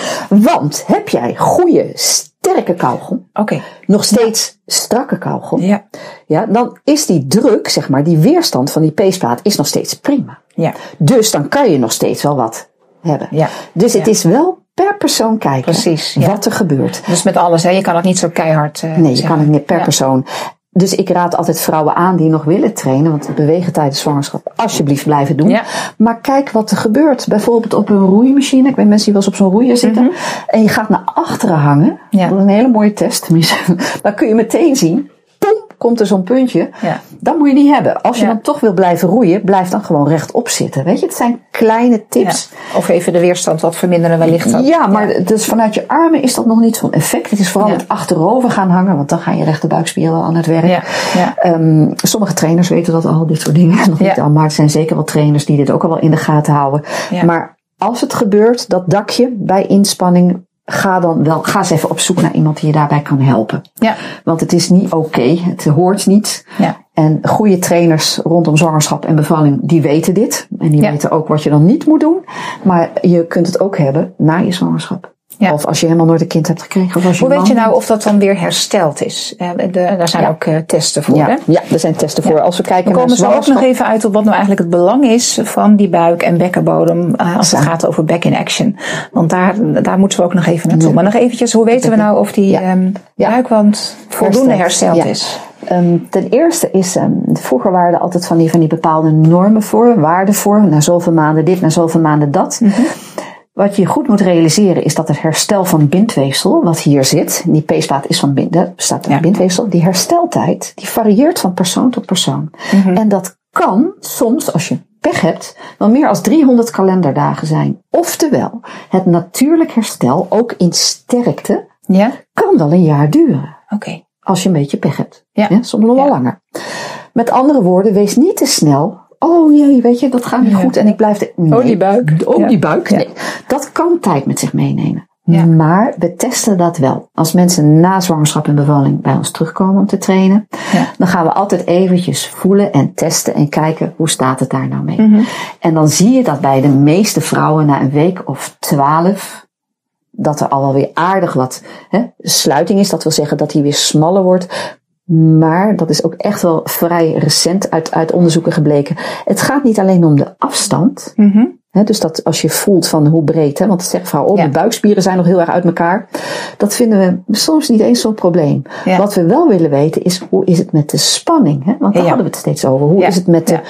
Want heb jij goede, sterke kauwgom,
Oké.
nog steeds strakke kauwgom,
Ja.
ja, dan is die druk, zeg maar, die weerstand van die peesplaat is nog steeds prima.
Ja.
Dus dan kan je nog steeds wel wat hebben.
Ja.
Dus het
Ja.
is wel per persoon kijken
Precies, ja.
wat er gebeurt.
Dus met alles, hè? Je kan het niet zo keihard uh,
Nee, je
zeggen.
kan het niet per
Ja.
persoon. Dus ik raad altijd vrouwen aan die nog willen trainen, want bewegen tijdens zwangerschap alsjeblieft blijven doen.
Ja.
Maar kijk wat er gebeurt. Bijvoorbeeld op een roeiemachine. Ik weet mensen die wel eens op zo'n roeier zitten.
Mm-hmm.
En je gaat naar achteren hangen.
Ja.
Dat is een hele mooie test. Tenminste. Dan kun je meteen zien. Pom, komt er zo'n puntje.
Ja.
Dat moet je niet hebben. Als je
Ja.
dan toch wil blijven roeien, blijf dan gewoon rechtop zitten. Weet je, het zijn kleine tips.
Ja. Of even de weerstand wat verminderen wellicht ook.
Ja, maar dus vanuit je armen is dat nog niet zo'n effect. Het is vooral
Ja.
het achterover gaan hangen, want dan gaan je rechte buikspieren wel aan het werk.
Ja. Ja.
Um, sommige trainers weten dat al, dit soort dingen. Nog
Ja.
niet al, maar er zijn zeker wel trainers die dit ook al wel in de gaten houden.
Ja.
Maar als het gebeurt, dat dakje bij inspanning, ga dan wel, ga eens even op zoek naar iemand die je daarbij kan helpen.
Ja.
Want het is niet oké, het hoort niet.
Ja.
En goede trainers rondom zwangerschap en bevalling, die weten dit. En die
Ja.
weten ook wat je dan niet moet doen. Maar je kunt het ook hebben na je zwangerschap.
Ja.
Of als je helemaal nooit een kind hebt gekregen. Of als je
Hoe weet
man
je nou
bent.
of dat dan weer hersteld is? Uh, de, daar zijn
Ja.
ook uh, testen voor,
Ja,
hè?
ja, er zijn testen voor.
Ja.
Als we kijken
We
naar
komen zo ook
zwangerschap.
nog even uit op wat nou eigenlijk het belang is van die buik- en bekkenbodem uh, als het
Ja.
gaat over back in action. Want daar, daar moeten we ook nog even naartoe.
Ja.
Maar nog eventjes, hoe weten we nou of die
Ja.
um,
Ja.
buikwand voldoende hersteld
Ja.
is?
Um, ten eerste is, um, vroeger waren er altijd van die, van die bepaalde normen voor, waarden voor. Na zoveel maanden dit, na zoveel maanden dat.
Mm-hmm.
Wat je goed moet realiseren is dat het herstel van bindweefsel, wat hier zit, die peesplaat is van bind, bestaat uit
Ja.
bindweefsel, die hersteltijd, die varieert van persoon tot persoon.
Mm-hmm.
En dat kan soms, als je pech hebt, wel meer als driehonderd kalenderdagen zijn. Oftewel, het natuurlijk herstel, ook in sterkte,
Ja?
kan wel een jaar duren.
Oké.
Als je een beetje pech hebt.
Ja.
Ja, soms nog wel
Ja.
langer. Met andere woorden, wees niet te snel. Oh jee, weet je, dat gaat niet
Ja.
goed en ik blijf... De... Nee.
Oh, die buik.
Oh,
Ja.
die buik.
Ja.
Nee. Dat kan tijd met zich meenemen.
Ja.
Maar we testen dat wel. Als mensen na zwangerschap en bevalling bij ons terugkomen om te trainen,
Ja.
dan gaan we altijd eventjes voelen en testen en kijken hoe staat het daar nou mee.
Mm-hmm.
En dan zie je dat bij de meeste vrouwen na een week of twaalf, dat er al wel weer aardig wat hè, sluiting is. Dat wil zeggen dat hij weer smaller wordt. Maar dat is ook echt wel vrij recent uit, uit onderzoeken gebleken. Het gaat niet alleen om de afstand.
Mm-hmm.
Hè, dus dat als je voelt van hoe breed, hè, want het zegt vrouw, oh,
Ja.
de buikspieren zijn nog heel erg uit elkaar. Dat vinden we soms niet eens zo'n probleem.
Ja.
Wat we wel willen weten is, hoe is het met de spanning? Hè? Want daar
Ja.
hadden we het steeds over. Hoe
Ja.
is het met
Ja.
de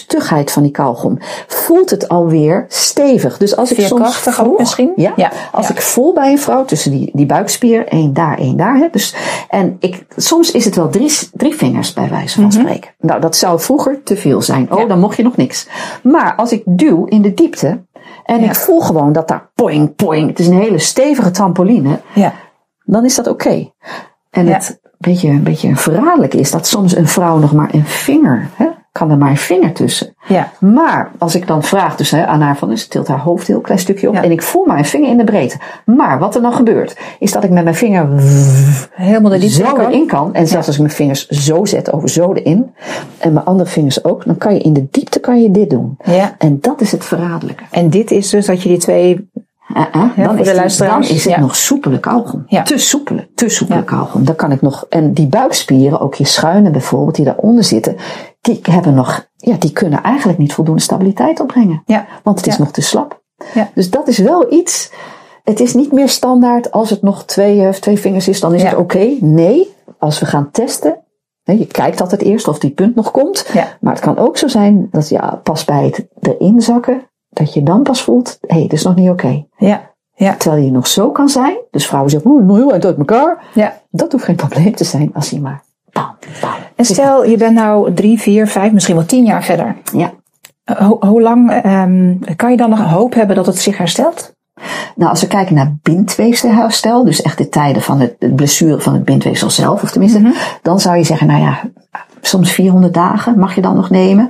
stugheid van die kauwgom, voelt het alweer stevig. Dus als ik soms vroeg,
misschien?
Ja, ja, als ja. ik voel bij een vrouw tussen die, die buikspier, één daar, één daar heb. Dus, en ik, soms is het wel drie, drie vingers bij wijze van mm-hmm. spreken. Nou, dat zou vroeger te veel zijn. Oh, ja. dan mocht je nog niks. Maar als ik duw in de diepte en ja. ik voel gewoon dat daar poing, poing, het is een hele stevige trampoline, ja. dan is dat oké. Okay. En ja. het beetje, een beetje verraderlijk is dat soms een vrouw nog maar een vinger, hè, kan er maar een vinger tussen. Ja. Maar als ik dan vraag dus hè, aan haar van, ze tilt haar hoofd een heel klein stukje op ja. en ik voel maar een vinger in de breedte. Maar wat er dan gebeurt, is dat ik met mijn vinger helemaal de diepte zo erin kan. En zelfs ja. als ik mijn vingers zo zet, over zo erin, en mijn andere vingers ook, dan kan je in de diepte kan je dit doen. Ja. En dat is het verraderlijke.
En dit is dus dat je die twee...
Uh-uh, ja, dan, is die, dan is het ja. nog soepele kauwgom. Ja. Te soepele, te soepele ja. kauwgom. Dan kan ik nog, en die buikspieren, ook je schuinen bijvoorbeeld, die daaronder zitten, die hebben nog, ja, die kunnen eigenlijk niet voldoende stabiliteit opbrengen. Ja. Want het is ja. nog te slap. Ja. Dus dat is wel iets, het is niet meer standaard als het nog twee, uh, twee vingers is, dan is ja. het oké. Okay. Nee, als we gaan testen, hè, je kijkt altijd eerst of die punt nog komt. Ja. Maar het kan ook zo zijn dat ja, pas bij het erin zakken, dat je dan pas voelt, hé, hey, dit is nog niet oké. Okay. Ja, ja. Terwijl je nog zo kan zijn. Dus vrouwen zeggen, oeh, nog heel eind uit elkaar. Ja. Dat hoeft geen probleem te zijn als je maar bam, bam.
En stel, je bent nou drie, vier, vijf, misschien wel tien jaar verder. Ja. Ho- hoe lang um, kan je dan nog hoop hebben dat het zich herstelt?
Nou, als we kijken naar bindweefselherstel, dus echt de tijden van het, het blessure van het bindweefsel zelf, of tenminste, mm-hmm. dan zou je zeggen, nou ja, soms vierhonderd dagen mag je dan nog nemen.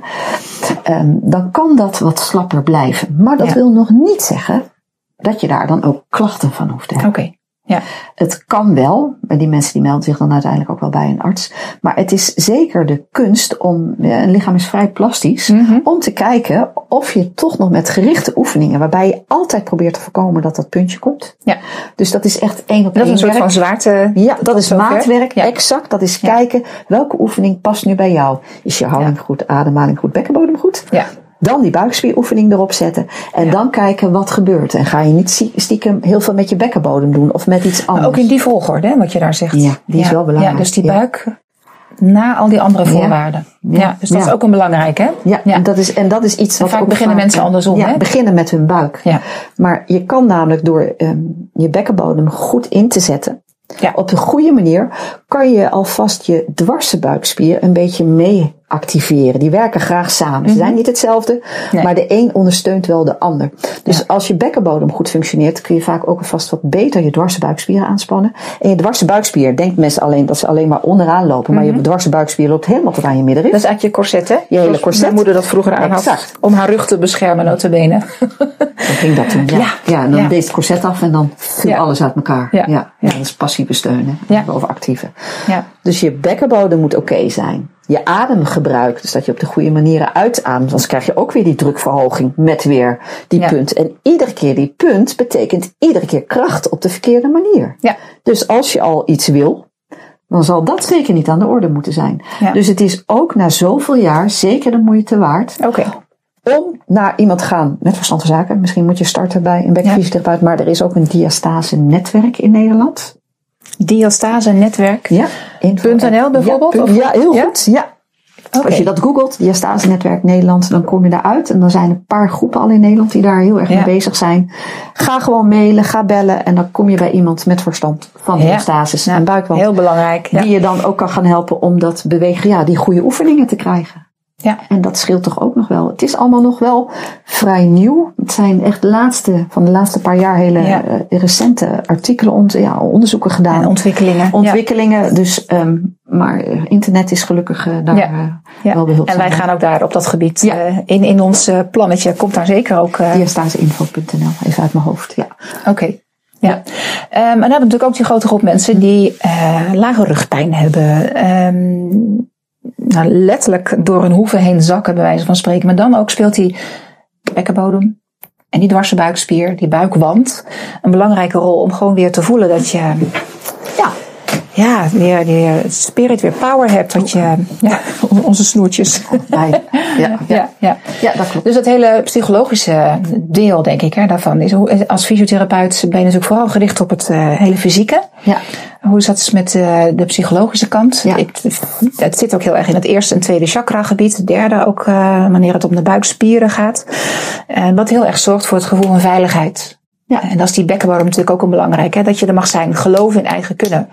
Um, dan kan dat wat slapper blijven. Maar dat ja. wil nog niet zeggen dat je daar dan ook klachten van hoeft te hebben.
Oké. Okay. Ja.
Het kan wel, en die mensen die melden zich dan uiteindelijk ook wel bij een arts. Maar het is zeker de kunst om, een lichaam is vrij plastisch, mm-hmm. om te kijken of je toch nog met gerichte oefeningen, waarbij je altijd probeert te voorkomen dat dat puntje komt. Ja. Dus dat is echt één op één.
Dat is een soort werk. Van zwaarte.
Ja, dat is maatwerk, ja. exact. Dat is ja. kijken welke oefening past nu bij jou. Is je houding ja. goed, ademhaling goed, bekkenbodem goed? Ja. Dan die buikspieroefening erop zetten. En ja. dan kijken wat gebeurt. En ga je niet stiekem heel veel met je bekkenbodem doen. Of met iets anders.
Maar ook in die volgorde, hè, wat je daar zegt.
Ja, die ja. is wel belangrijk.
Ja, dus die buik ja. na al die andere voorwaarden. Ja, ja dus dat ja. is ook een belangrijk, hè?
Ja, ja. En, dat is, en dat is iets wat
vaak
ook
beginnen
vaak,
mensen andersom,
ja,
hè?
beginnen met hun buik. Ja. Maar je kan namelijk door um, je bekkenbodem goed in te zetten. Ja. Op de goede manier kan je alvast je dwarse buikspier een beetje mee activeren. Die werken graag samen. Mm-hmm. Ze zijn niet hetzelfde, nee. maar de een ondersteunt wel de ander. Dus ja. als je bekkenbodem goed functioneert, kun je vaak ook alvast wat beter je dwarse buikspieren aanspannen. En je dwarse buikspier, denkt mensen alleen dat ze alleen maar onderaan lopen, mm-hmm. maar je dwarse buikspier loopt helemaal tot aan je middenrif.
Dat is eigenlijk je corset, hè?
Je hele corset.
Mijn moeder dat vroeger aan had, om haar rug te beschermen, nota bene.
Dan ging dat toen, ja. Ja, ja en dan ja. deed het corset af en dan viel ja. alles uit elkaar. Ja. Ja. Ja. Dat is passieve steun, hè? Ja. Of actieve. Ja. Dus je bekkenbodem moet oké okay zijn. Je ademgebruik, dus dat je op de goede manieren uitademt. Anders krijg je ook weer die drukverhoging met weer die ja. punt. En iedere keer die punt betekent iedere keer kracht op de verkeerde manier. Ja. Dus als je al iets wil, dan zal dat zeker niet aan de orde moeten zijn. Ja. Dus het is ook na zoveel jaar zeker de moeite waard.
Okay.
Om naar iemand te gaan met verstand van zaken. Misschien moet je starten bij een bekkenfysiotherapeut. Ja. Maar er is ook een diastase netwerk in Nederland.
Diastase netwerk.
Ja.
.nl bijvoorbeeld?
Ja,
of?
ja heel
ja?
goed. Ja.
Okay.
Als je dat googelt, diastase netwerk Nederland, dan kom je daaruit. En dan zijn een paar groepen al in Nederland die daar heel erg ja. mee bezig zijn. Ga gewoon mailen, ga bellen. En dan kom je bij iemand met verstand van diastases ja. en buikwand.
Heel belangrijk. Ja.
Die je dan ook kan gaan helpen om dat bewegen, ja, die goede oefeningen te krijgen. Ja. En dat scheelt toch ook nog wel. Het is allemaal nog wel vrij nieuw. Het zijn echt de laatste, van de laatste paar jaar hele ja. uh, recente artikelen, ont, ja, onderzoeken gedaan.
En ontwikkelingen.
Ontwikkelingen. Ja. Dus, um, maar internet is gelukkig uh, daar ja. Uh, ja. wel behulpzaam.
En wij gaan ook daar op dat gebied ja. uh, in, in ons uh, plannetje. Komt daar zeker ook. Uh...
diastaseinfo punt n l, even uit mijn hoofd. Ja.
Oké. Okay. Ja. Um, en dan hebben we natuurlijk ook die grote groep mensen die uh, lage rugpijn hebben. Um, Nou, letterlijk door hun hoeven heen zakken, bij wijze van spreken. Maar dan ook speelt die bekkenbodem en die dwarse buikspier, die buikwand, een belangrijke rol om gewoon weer te voelen dat je ja, ja, weer, weer spirit, weer power hebt. Dat je, ja, onze snoertjes.
Ja, ja, ja.
Ja, ja.
ja, dat klopt.
Dus dat hele psychologische deel, denk ik, hè, daarvan. Is, als fysiotherapeut ben je natuurlijk vooral gericht op het uh, hele fysieke.
Ja.
Hoe is dat met uh, de psychologische kant?
Ja.
Ik, het zit ook heel erg in het eerste en tweede chakra gebied. Het derde ook, uh, wanneer het om de buikspieren gaat. En wat heel erg zorgt voor het gevoel van veiligheid. Ja, en dat is die bekkenbodem natuurlijk ook een belangrijk, hè? Dat je er mag zijn. Geloven in eigen kunnen.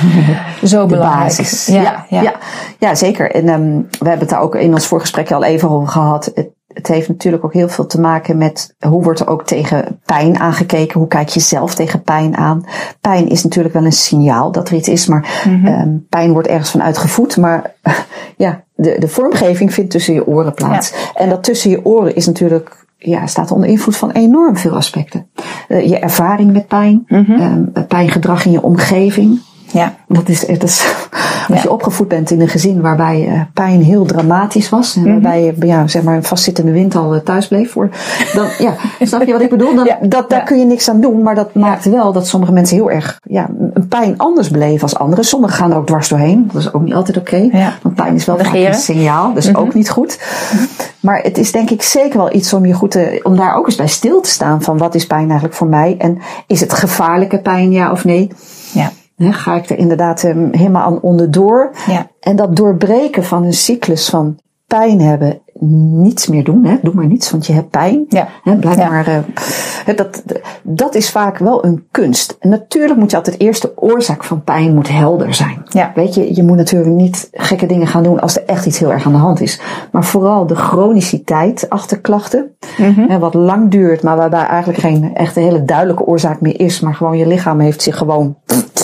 Zo
de
belangrijk.
Basis.
Ja,
ja,
ja.
ja. ja zeker. En um, we hebben het daar ook in ons voorgesprek al even over gehad. Het, het heeft natuurlijk ook heel veel te maken met hoe wordt er ook tegen pijn aangekeken. Hoe kijk je zelf tegen pijn aan? Pijn is natuurlijk wel een signaal dat er iets is. Maar mm-hmm. um, pijn wordt ergens van uitgevoed. Maar ja, de, de vormgeving vindt tussen je oren plaats. Ja. En dat tussen je oren is natuurlijk... Ja, staat onder invloed van enorm veel aspecten. Uh, je ervaring met pijn, mm-hmm. um, pijngedrag in je omgeving.
Ja.
Dat is, dat is als
ja.
je opgevoed bent in een gezin waarbij uh, pijn heel dramatisch was. En mm-hmm. waarbij je, ja, zeg maar, vastzit in de wind al uh, thuis bleef. Voor, dan, ja, snap je wat ik bedoel? Dan, ja. dat, daar ja. kun je niks aan doen. Maar dat ja. maakt wel dat sommige mensen heel erg, ja, een pijn anders beleven als anderen. Sommigen gaan er ook dwars doorheen. Dat is ook niet altijd oké. Okay. Ja. Want pijn is wel vaak een signaal. Dus mm-hmm. ook niet goed. Mm-hmm. Maar het is denk ik zeker wel iets om je goed te, om daar ook eens bij stil te staan van wat is pijn eigenlijk voor mij? En is het gevaarlijke pijn, ja of nee?
Ja.
He, ga ik er inderdaad um, helemaal aan onderdoor?
Ja.
En dat doorbreken van een cyclus van pijn hebben, niets meer doen. Hè? Doe maar niets, want je hebt pijn.
Ja.
He, blijf
ja.
maar. Uh, dat, dat is vaak wel een kunst. En natuurlijk moet je altijd eerst de oorzaak van pijn moet helder zijn.
Ja.
Weet je, je moet natuurlijk niet gekke dingen gaan doen als er echt iets heel erg aan de hand is. Maar vooral de chroniciteit achter klachten. Mm-hmm. Hè, wat lang duurt, maar waarbij eigenlijk geen echt een hele duidelijke oorzaak meer is. Maar gewoon je lichaam heeft zich gewoon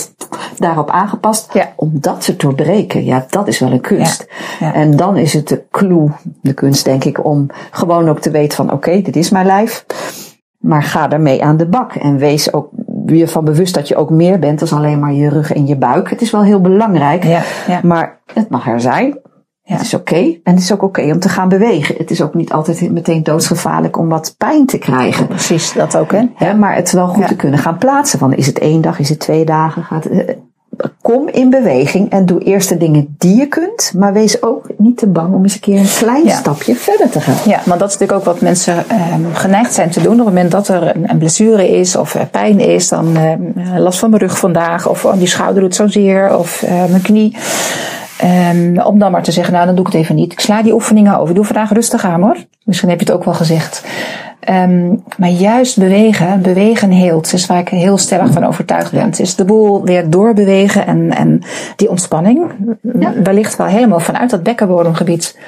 daarop aangepast.
Ja.
Om dat te doorbreken, ja, dat is wel een kunst.
Ja. Ja.
En dan is het de clue, de kunst denk ik, om gewoon ook te weten van oké, okay, dit is mijn lijf. Maar ga daarmee aan de bak. En wees ook je van bewust dat je ook meer bent dan alleen maar je rug en je buik. Het is wel heel belangrijk.
Ja. Ja.
Maar het mag er zijn.
Ja.
Het is oké. Okay. En het is ook oké okay om te gaan bewegen. Het is ook niet altijd meteen doodsgevaarlijk om wat pijn te krijgen.
Precies, dat ook, hè?
Ja, maar het wel goed ja. te kunnen gaan plaatsen. Van, is het één dag, is het twee dagen? Gaat, uh, kom in beweging en doe eerst de dingen die je kunt. Maar wees ook niet te bang om eens een keer een klein ja. stapje verder te gaan.
Ja, maar dat is natuurlijk ook wat mensen um, geneigd zijn te doen. Op het moment dat er een, een blessure is of uh, pijn is. Dan uh, last van mijn rug vandaag. Of oh, die schouder doet zozeer. Of uh, mijn knie. Um, om dan maar te zeggen, nou dan doe ik het even niet. Ik sla die oefeningen over. Ik doe vandaag rustig aan hoor. Misschien heb je het ook wel gezegd. Um, maar juist bewegen, bewegen heelt. Dat is waar ik heel stellig van overtuigd ben. Het is de boel weer doorbewegen en, en die ontspanning. Ja. Wellicht wel helemaal vanuit dat bekkenbodemgebied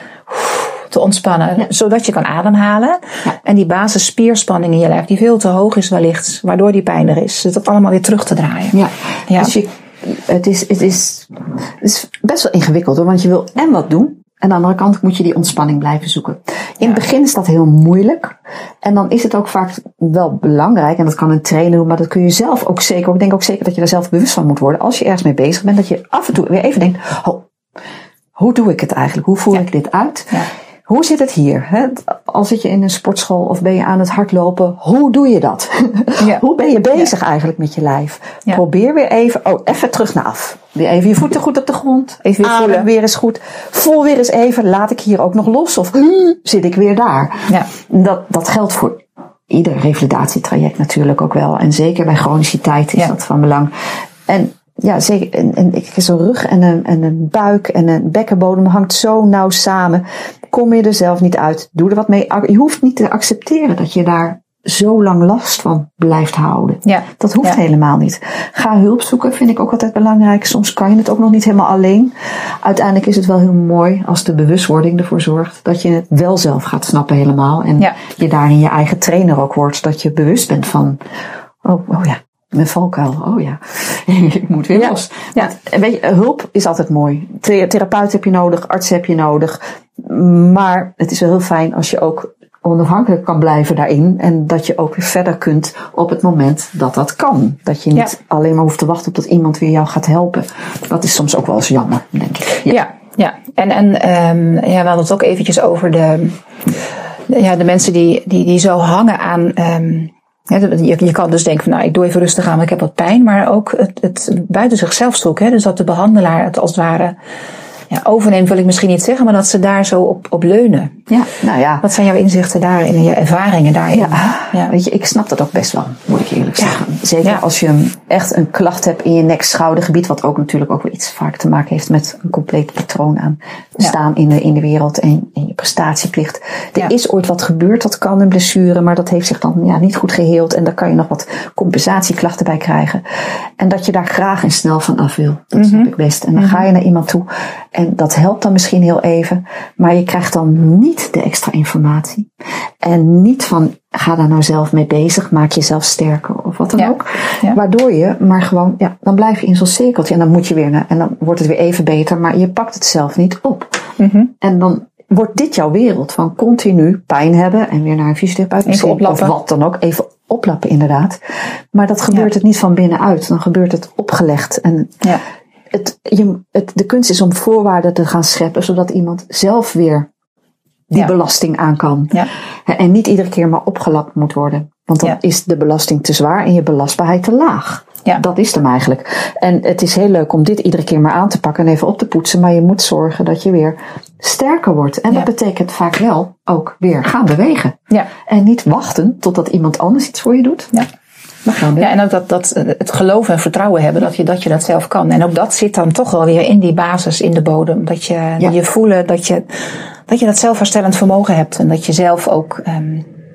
te ontspannen. Ja. Zodat je kan ademhalen. Ja. En die basisspierspanning in je lijf die veel te hoog is wellicht. Waardoor die pijn er is. Dus dat allemaal weer terug te draaien.
Ja,
ja.
Dus je, het, is, het, is, het is best wel ingewikkeld hoor. Want je wil en wat doen. En aan de andere kant moet je die ontspanning blijven zoeken. In ja. het begin is dat heel moeilijk. En dan is het ook vaak wel belangrijk. En dat kan een trainer doen. Maar dat kun je zelf ook zeker. Ik denk ook zeker dat je daar zelf bewust van moet worden. Als je ergens mee bezig bent. Dat je af en toe weer even denkt. Oh, hoe doe ik het eigenlijk? Hoe voer ja. ik dit uit? Ja. Hoe zit het hier? Hè? Al zit je in een sportschool of ben je aan het hardlopen. Hoe doe je dat? Ja. Hoe ben je bezig ja. eigenlijk met je lijf? Ja. Probeer weer even, oh, even terug naar af. Weer even je voeten goed op de grond. Even weer voelen. Weer eens goed. Voel weer eens even, laat ik hier ook nog los? Of uh, zit ik weer daar? Ja. Dat, dat geldt voor ieder revalidatietraject natuurlijk ook wel. En zeker bij chroniciteit is ja. dat van belang. En ja, zeker. En, en zo'n rug en een, en een buik en een bekkenbodem hangt zo nauw samen. Kom je er zelf niet uit. Doe er wat mee. Je hoeft niet te accepteren dat je daar zo lang last van blijft houden. Ja. Dat hoeft ja. helemaal niet. Ga hulp zoeken, vind ik ook altijd belangrijk. Soms kan je het ook nog niet helemaal alleen. Uiteindelijk is het wel heel mooi als de bewustwording ervoor zorgt dat je het wel zelf gaat snappen helemaal. En ja. je daarin je eigen trainer ook wordt. Dat je bewust bent van, oh, oh ja. Mijn valkuil, oh ja, ik moet weer ja. los. Ja. Want, weet je, hulp is altijd mooi. Therapeut heb je nodig, arts heb je nodig. Maar het is wel heel fijn als je ook onafhankelijk kan blijven daarin. En dat je ook weer verder kunt op het moment dat dat kan. Dat je niet ja. alleen maar hoeft te wachten op dat iemand weer jou gaat helpen. Dat is soms ook wel eens jammer, denk ik.
Ja, ja. ja. En, en um, ja, we hadden het ook eventjes over de, ja, de mensen die, die, die zo hangen aan... Um, Ja, je, je kan dus denken van, nou, ik doe even rustig aan, want ik heb wat pijn. Maar ook het, het buiten zichzelf zoeken. Hè? Dus dat de behandelaar het als het ware ja, overneemt, wil ik misschien niet zeggen, maar dat ze daar zo op, op leunen.
Ja, nou ja.
Wat zijn jouw inzichten daarin en je ervaringen daarin?
Ja, ja. Weet je, ik snap dat ook best wel, moet ik eerlijk zeggen. Ja. Zeker ja. als je echt een klacht hebt in je nek-schoudergebied, wat ook natuurlijk ook weer iets vaak te maken heeft met een compleet patroon aan staan ja. in, de, in de wereld en, en je prestatieplicht. Er ja. is ooit wat gebeurd, dat kan een blessure, maar dat heeft zich dan ja, niet goed geheeld en daar kan je nog wat compensatieklachten bij krijgen. En dat je daar graag en snel van af wil. Dat snap mm-hmm. ik best. En dan mm-hmm. ga je naar iemand toe en dat helpt dan misschien heel even, maar je krijgt dan niet de extra informatie. En niet van, ga daar nou zelf mee bezig, maak jezelf sterker of wat dan ja. ook. Ja. Waardoor je maar gewoon, ja, dan blijf je in zo'n cirkeltje en dan moet je weer naar, en dan wordt het weer even beter, maar je pakt het zelf niet op. Mm-hmm. En dan wordt dit jouw wereld van continu pijn hebben en weer naar een fysiotherapeut of wat dan ook, even oplappen inderdaad. Maar dat gebeurt ja. het niet van binnenuit, dan gebeurt het opgelegd. En ja. het, je, het, de kunst is om voorwaarden te gaan scheppen, zodat iemand zelf weer die ja. belasting aan kan. Ja. En niet iedere keer maar opgelapt moet worden. Want dan ja. is de belasting te zwaar en je belastbaarheid te laag. Ja. Dat is hem eigenlijk. En het is heel leuk om dit iedere keer maar aan te pakken en even op te poetsen. Maar je moet zorgen dat je weer sterker wordt. En ja. dat betekent vaak wel ook weer gaan bewegen. Ja. En niet wachten totdat iemand anders iets voor je doet. Ja. Maar gaan
ja, en ook dat, dat het geloof en vertrouwen hebben dat je, dat je dat zelf kan. En ook dat zit dan toch wel weer in die basis, in de bodem. Dat je ja. je voelen dat je, dat je dat zelfherstellend vermogen hebt. En dat je zelf ook... Um,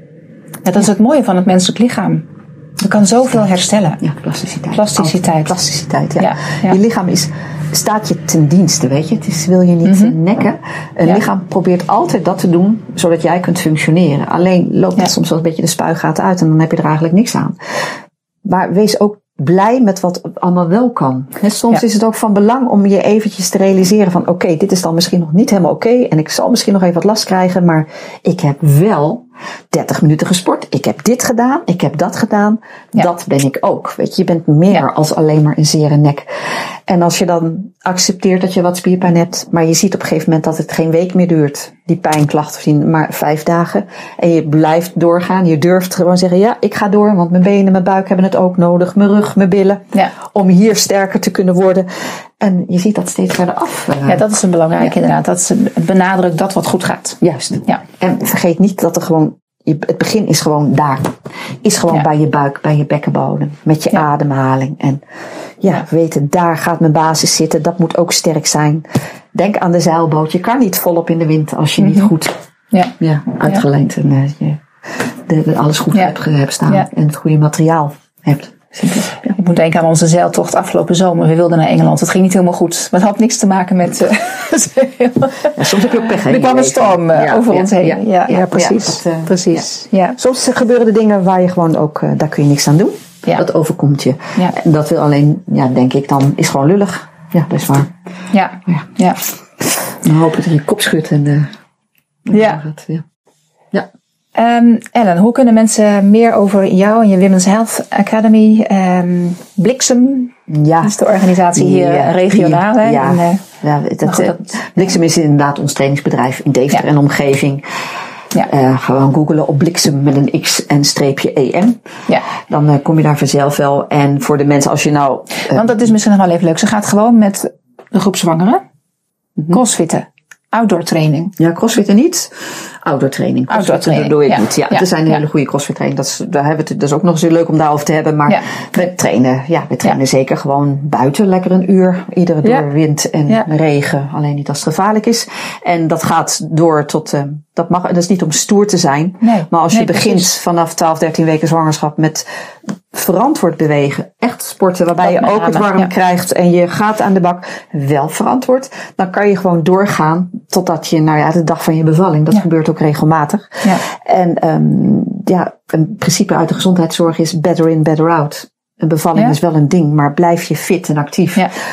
ja, dat is het mooie van het menselijk lichaam. Je kan zoveel herstellen.
Ja, plasticiteit.
Plasticiteit.
Plasticiteit, ja. Ja, ja. Je lichaam is, staat je ten dienste, weet je. Het is, wil je niet mm-hmm. nekken. Een ja. lichaam probeert altijd dat te doen, zodat jij kunt functioneren. Alleen loopt het ja. soms wel een beetje de spuigaten uit en dan heb je er eigenlijk niks aan. Maar wees ook blij met wat allemaal wel kan. He, soms ja. is het ook van belang om je eventjes te realiseren van oké, okay, dit is dan misschien nog niet helemaal oké okay, en ik zal misschien nog even wat last krijgen, maar ik heb wel dertig minuten gesport. Ik heb dit gedaan, ik heb dat gedaan. Ja. Dat ben ik ook. Weet je, je bent meer ja. als alleen maar een zere nek. En als je dan accepteert dat je wat spierpijn hebt, maar je ziet op een gegeven moment dat het geen week meer duurt, die pijnklachten zien, maar vijf dagen. En je blijft doorgaan. Je durft gewoon zeggen, ja, ik ga door, want mijn benen, mijn buik hebben het ook nodig. Mijn rug, mijn billen. Ja. Om hier sterker te kunnen worden. En je ziet dat steeds verder af.
Ja, dat is een belangrijk ja. inderdaad. Dat is benadrukt dat wat goed gaat.
Juist. Ja. En vergeet niet dat er gewoon, het begin is gewoon daar. Is gewoon ja. bij je buik, bij je bekkenbodem. Met je ja. ademhaling. En ja, ja, weten, daar gaat mijn basis zitten. Dat moet ook sterk zijn. Denk aan de zeilboot. Je kan niet volop in de wind als je mm-hmm. niet goed ja. Ja, uitgelijnd ja. en uh, je de, de, alles goed ja. hebt, hebt staan. Ja. En het goede materiaal hebt.
Ja. Ik moet denken aan onze zeiltocht afgelopen zomer. We wilden naar Engeland. Het ging niet helemaal goed. Maar het had niks te maken met... Uh,
ja, soms heb je ook pech.
Er kwam een storm uh, ja, over ja, ons heen. Ja, ja, ja, ja precies. Ja, dat, uh,
precies. Ja. Ja. Soms gebeuren er dingen waar je gewoon ook... Uh, daar kun je niks aan doen. Ja. Dat overkomt je. Ja. En dat wil alleen, ja, denk ik dan, is gewoon lullig. Ja, dat is waar.
Ja. Ja. Ja.
Dan hoop ik dat je kop schudt en... Uh,
ja.
Gaat, ja. Ja.
Um, Ellen, hoe kunnen mensen meer over jou en je Women's Health Academy, um, Bliksem, ja. dat is de organisatie hier ja, regionaal. Hè?
Ja,
en, uh,
ja dat, dat, Bliksem is inderdaad ons trainingsbedrijf in Deventer ja. en omgeving. Ja. Uh, gewoon googelen op Bliksem met een X en streepje E M. Ja. Dan uh, kom je daar vanzelf wel. En voor de mensen als je nou... Uh,
Want dat is misschien nog wel even leuk. Ze gaat gewoon met een groep zwangeren mm-hmm. crossfitten. Outdoor training.
Ja, crossfitten niet. Outdoor training.
Outdoor training.
Dat doe ik niet. Ja, ja. Er zijn een hele goede crossfit training. Dat is, daar hebben we het, dat is ook nog eens leuk om daarover te hebben. Maar ja. we trainen, ja, we trainen ja. zeker gewoon buiten lekker een uur. Iedere door ja. wind en ja. regen. Alleen niet als het gevaarlijk is. En dat gaat door tot, uh, dat mag, dat is niet om stoer te zijn. Nee. Maar als je nee, begint precies. vanaf twaalf, dertien weken zwangerschap met verantwoord bewegen. Echt sporten waarbij dat je ook het warm ja. krijgt en je gaat aan de bak. Wel verantwoord. Dan kan je gewoon doorgaan totdat je, nou ja, de dag van je bevalling. Dat ja. gebeurt ook regelmatig. Ja. En um, ja, een principe uit de gezondheidszorg is better in, better out. Een bevalling ja. is wel een ding, maar blijf je fit en actief. Ja.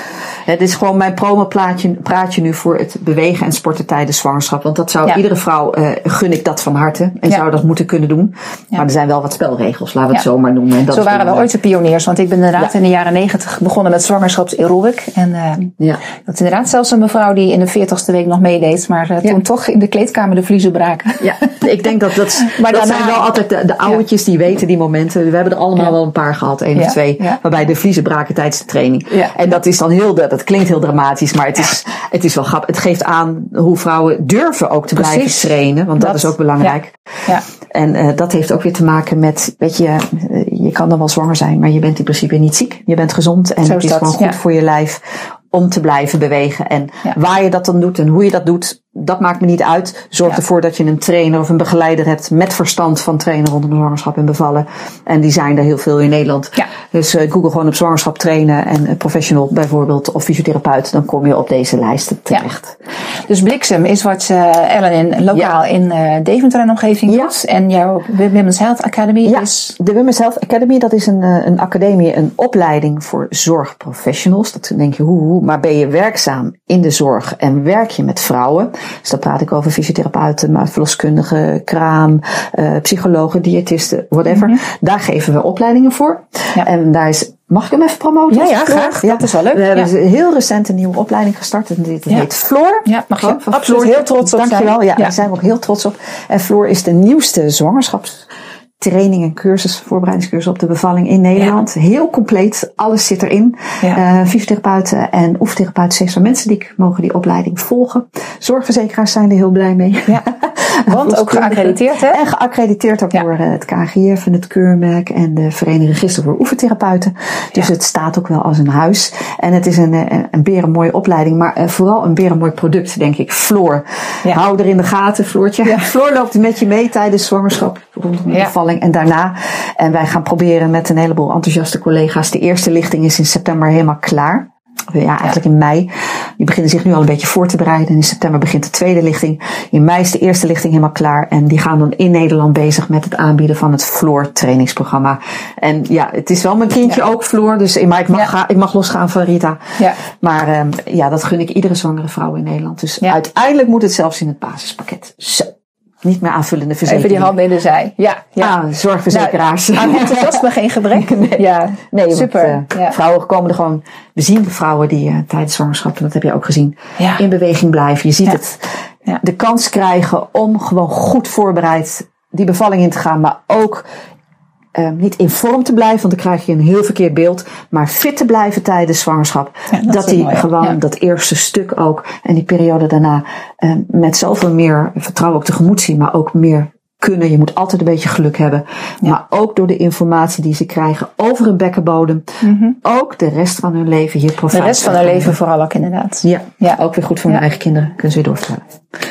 Het is gewoon mijn promoplaatje praatje nu voor het bewegen en sporten tijdens zwangerschap. Want dat zou ja. iedere vrouw, uh, gun ik dat van harte. En ja. zou dat moeten kunnen doen. Ja. Maar er zijn wel wat spelregels, laten we het ja. zo maar noemen. En dat
zo waren we ooit de pioniers. Want ik ben inderdaad ja. in de jaren negentig begonnen met zwangerschaps-aerobic. En uh, ja. dat is inderdaad zelfs een mevrouw die in de veertigste week nog meedeed. Maar uh, ja. toen toch in de kleedkamer de vliezen braken.
Ja, ik denk dat dat, maar dat daarna, zijn wel altijd de, de oudertjes ja. die weten die momenten. We hebben er allemaal ja. wel een paar gehad, één ja. of twee. Ja. Waarbij de vliezen braken tijdens de training. Ja. En dat is dan heel, dat klinkt heel dramatisch. Maar het is, het is wel grappig. Het geeft aan hoe vrouwen durven ook te Precies. blijven trainen. Want dat, dat is ook belangrijk. Ja. Ja. En uh, dat heeft ook weer te maken met, weet je, uh, je kan dan wel zwanger zijn, maar je bent in principe niet ziek. Je bent gezond en Zo het is dat, gewoon goed ja. voor je lijf om te blijven bewegen. En ja. waar je dat dan doet en hoe je dat doet, dat maakt me niet uit. Zorg ja. ervoor dat je een trainer of een begeleider hebt met verstand van trainen rondom zwangerschap en bevallen. En die zijn er heel veel in Nederland. Ja. Dus uh, google gewoon op zwangerschap trainen en uh, professional bijvoorbeeld of fysiotherapeut. Dan kom je op deze lijsten terecht. Ja.
Dus Bliksem is wat uh, Ellen in lokaal ja. in uh, Deventer en omgeving ja. doet. En jouw Women's Health Academy
ja.
is?
De Women's Health Academy, dat is een, uh, een academie, een opleiding voor zorgprofessionals. Dat denk je, hoe, hoe, maar ben je werkzaam in de zorg en werk je met vrouwen? Dus dan praat ik over fysiotherapeuten, maar verloskundigen, kraam, uh, psychologen, diëtisten, whatever. Mm-hmm. Daar geven we opleidingen voor. Ja. En daar is, mag ik hem even promoten?
Ja, ja, graag. Ja. Dat is wel leuk.
We hebben ja. heel recent een nieuwe opleiding gestart. En dit ja. heet Floor.
Ja, mag je
oh,
absoluut Floor. Heel trots op zijn.
Dankjewel. Ja, ja, daar zijn we ook heel trots op. En Floor is de nieuwste zwangerschaps training en cursus, voorbereidingscursus op de bevalling in Nederland. Ja. Heel compleet, alles zit erin. Ja. Uh, fysiotherapeuten en oefentherapeuten, steeds van mensen die mogen die opleiding volgen. Zorgverzekeraars zijn er heel blij mee.
Ja. Want ook geaccrediteerd, hè?
En geaccrediteerd ook ja. door het K G F en het keurmerk en de Vereniging Register voor Oefentherapeuten. Dus ja. het staat ook wel als een huis. En het is een, een, een berenmooie opleiding, maar uh, vooral een berenmooi product, denk ik. Floor. Ja. Hou er in de gaten, Floortje. Ja. Floor loopt met je mee tijdens zwangerschap rondom de ja. bevalling en daarna. En wij gaan proberen met een heleboel enthousiaste collega's. De eerste lichting is in september helemaal klaar. Ja, eigenlijk in mei. Die beginnen zich nu al een beetje voor te bereiden. En in september begint de tweede lichting. In mei is de eerste lichting helemaal klaar. En die gaan dan in Nederland bezig met het aanbieden van het Floor trainingsprogramma. En ja, het is wel mijn kindje ja. ook, Floor. Dus maar ik mag, ja. ga, ik mag losgaan van Rita. Ja. Maar um, ja, dat gun ik iedere zwangere vrouw in Nederland. Dus ja. uiteindelijk moet het zelfs in het basispakket. Zo. Niet meer aanvullende verzekeringen.
Even die handen in de zij. Ja, ja.
Ah, zorgverzekeraars.
Nou, aan enthousiasme geen gebrek.
Nee,
ja.
nee super. Want, uh, ja. Vrouwen komen er gewoon, we zien vrouwen die uh, tijdens zwangerschap, en dat heb je ook gezien, ja. in beweging blijven. Je ziet ja. het. Ja. De kans krijgen om gewoon goed voorbereid die bevalling in te gaan, maar ook Uh, niet in vorm te blijven, want dan krijg je een heel verkeerd beeld, maar fit te blijven tijdens zwangerschap. Ja, dat dat die mooi, gewoon ja. dat eerste stuk ook en die periode daarna uh, met zoveel meer vertrouwen ook tegemoet zien, maar ook meer kunnen. Je moet altijd een beetje geluk hebben. Ja. Maar ook door de informatie die ze krijgen over een bekkenbodem, mm-hmm. ook de rest van hun leven hier profijt.
De rest van hun leven vooral ook inderdaad.
Ja, ja. Ook weer goed voor ja. hun eigen kinderen. Kunnen ze weer doorvertellen.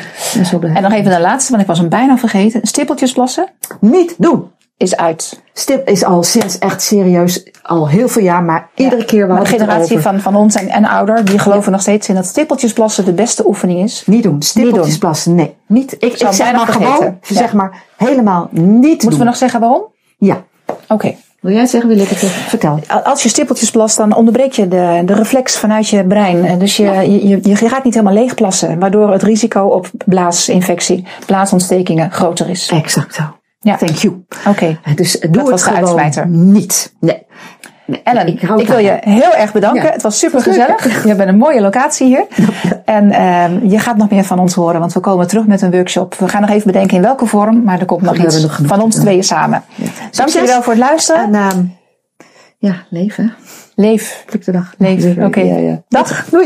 En nog even de laatste, want ik was hem bijna vergeten. Stippeltjes plassen?
Niet doen.
Is uit.
Stip is al sinds echt serieus al heel veel jaar, maar iedere ja. keer wel.
Maar de generatie van, van ons en, en ouder, die geloven ja. nog steeds in dat stippeltjes plassen de beste oefening is.
Niet doen. Stippeltjes niet doen. plassen, nee. Niet. Ik, ik zeg maar vergeten. gewoon, ja. zeg maar helemaal niet Moeten
doen. we nog zeggen waarom?
Ja.
Oké. Okay.
Wil jij het zeggen? Wil ik het zeggen? Vertel.
Als je stippeltjes plast, dan onderbreek je de, de reflex vanuit je brein. Dus je, ja. je, je, je gaat niet helemaal leeg plassen, waardoor het risico op blaasinfectie, blaasontstekingen groter is.
Exact zo. Ja. Thank you.
Oké. Okay.
Dus doe
dat
het
was de
gewoon
uitsmijter.
niet. Nee.
nee. Ellen, ik, ik wil je heel erg bedanken. Ja. Het was super gezellig. Je bent een mooie locatie hier. En uh, je gaat nog meer van ons horen, want we komen terug met een workshop. We gaan nog even bedenken in welke vorm, maar er komt nog iets nog van ons tweeën samen. Ja. Dank jullie wel voor het luisteren.
En uh, ja, leven.
Leef.
Pluk de dag.
Leef. Oké. Okay. Ja, ja. Dag. Doei.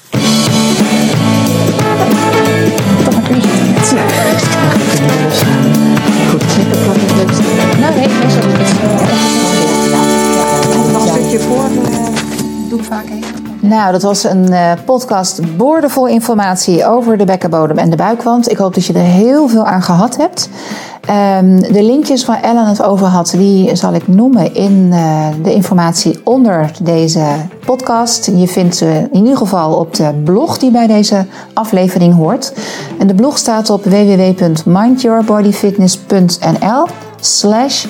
Toch een beetje.
Goed, snippen plak het leukste.
Nou nee, nee, zo is het.
Nog een stukje voor, doe ik vaak even.
Nou, dat was een uh, podcast boordevol informatie over de bekkenbodem en de buikwand. Ik hoop dat je er heel veel aan gehad hebt. Um, de linkjes waar Ellen het over had, die zal ik noemen in uh, de informatie onder deze podcast. Je vindt ze in ieder geval op de blog die bij deze aflevering hoort. En de blog staat op w w w punt mindyourbodyfitness punt n l slash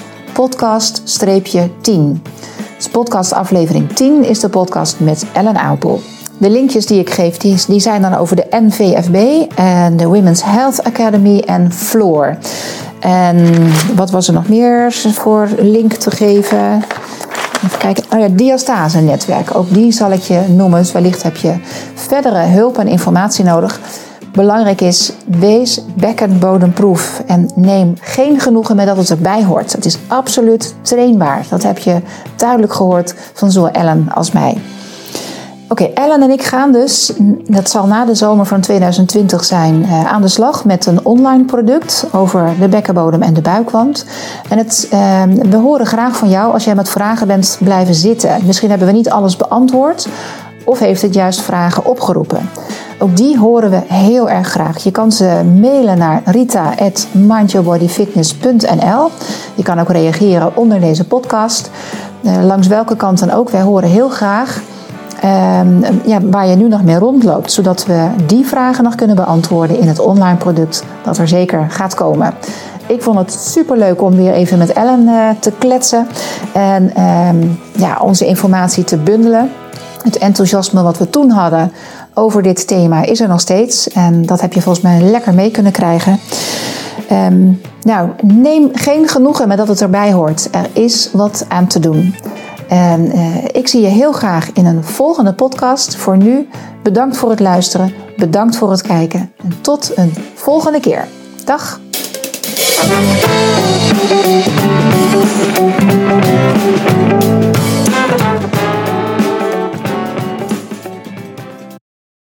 podcast tien. Dus podcast aflevering tien is de podcast met Ellen Aupel. De linkjes die ik geef, die, die zijn dan over de N V F B en de Women's Health Academy en Floor. En wat was er nog meer voor link te geven? Even kijken. Oh ja, diastase netwerk. Ook die zal ik je noemen. Dus wellicht heb je verdere hulp en informatie nodig. Belangrijk is, wees bekkenbodemproef en neem geen genoegen met dat het erbij hoort. Het is absoluut trainbaar. Dat heb je duidelijk gehoord van zowel Ellen als mij. Oké, okay, Ellen en ik gaan dus, dat zal na de zomer van tweeduizend twintig zijn, uh, aan de slag met een online product over de bekkenbodem en de buikwand. En het, uh, we horen graag van jou als jij met vragen bent blijven zitten. Misschien hebben we niet alles beantwoord of heeft het juist vragen opgeroepen. Ook die horen we heel erg graag. Je kan ze mailen naar rita at mind your body fitness punt n l. Je kan ook reageren onder deze podcast. Uh, langs welke kant dan ook. Wij horen heel graag Um, ja, waar je nu nog mee rondloopt, zodat we die vragen nog kunnen beantwoorden in het online product dat er zeker gaat komen. Ik vond het superleuk om weer even met Ellen uh, te kletsen en um, ja, onze informatie te bundelen. Het enthousiasme wat we toen hadden over dit thema is er nog steeds en dat heb je volgens mij lekker mee kunnen krijgen. Um, nou, neem geen genoegen met dat het erbij hoort. Er is wat aan te doen. En uh, ik zie je heel graag in een volgende podcast. Voor nu, bedankt voor het luisteren, bedankt voor het kijken en tot een volgende keer. Dag!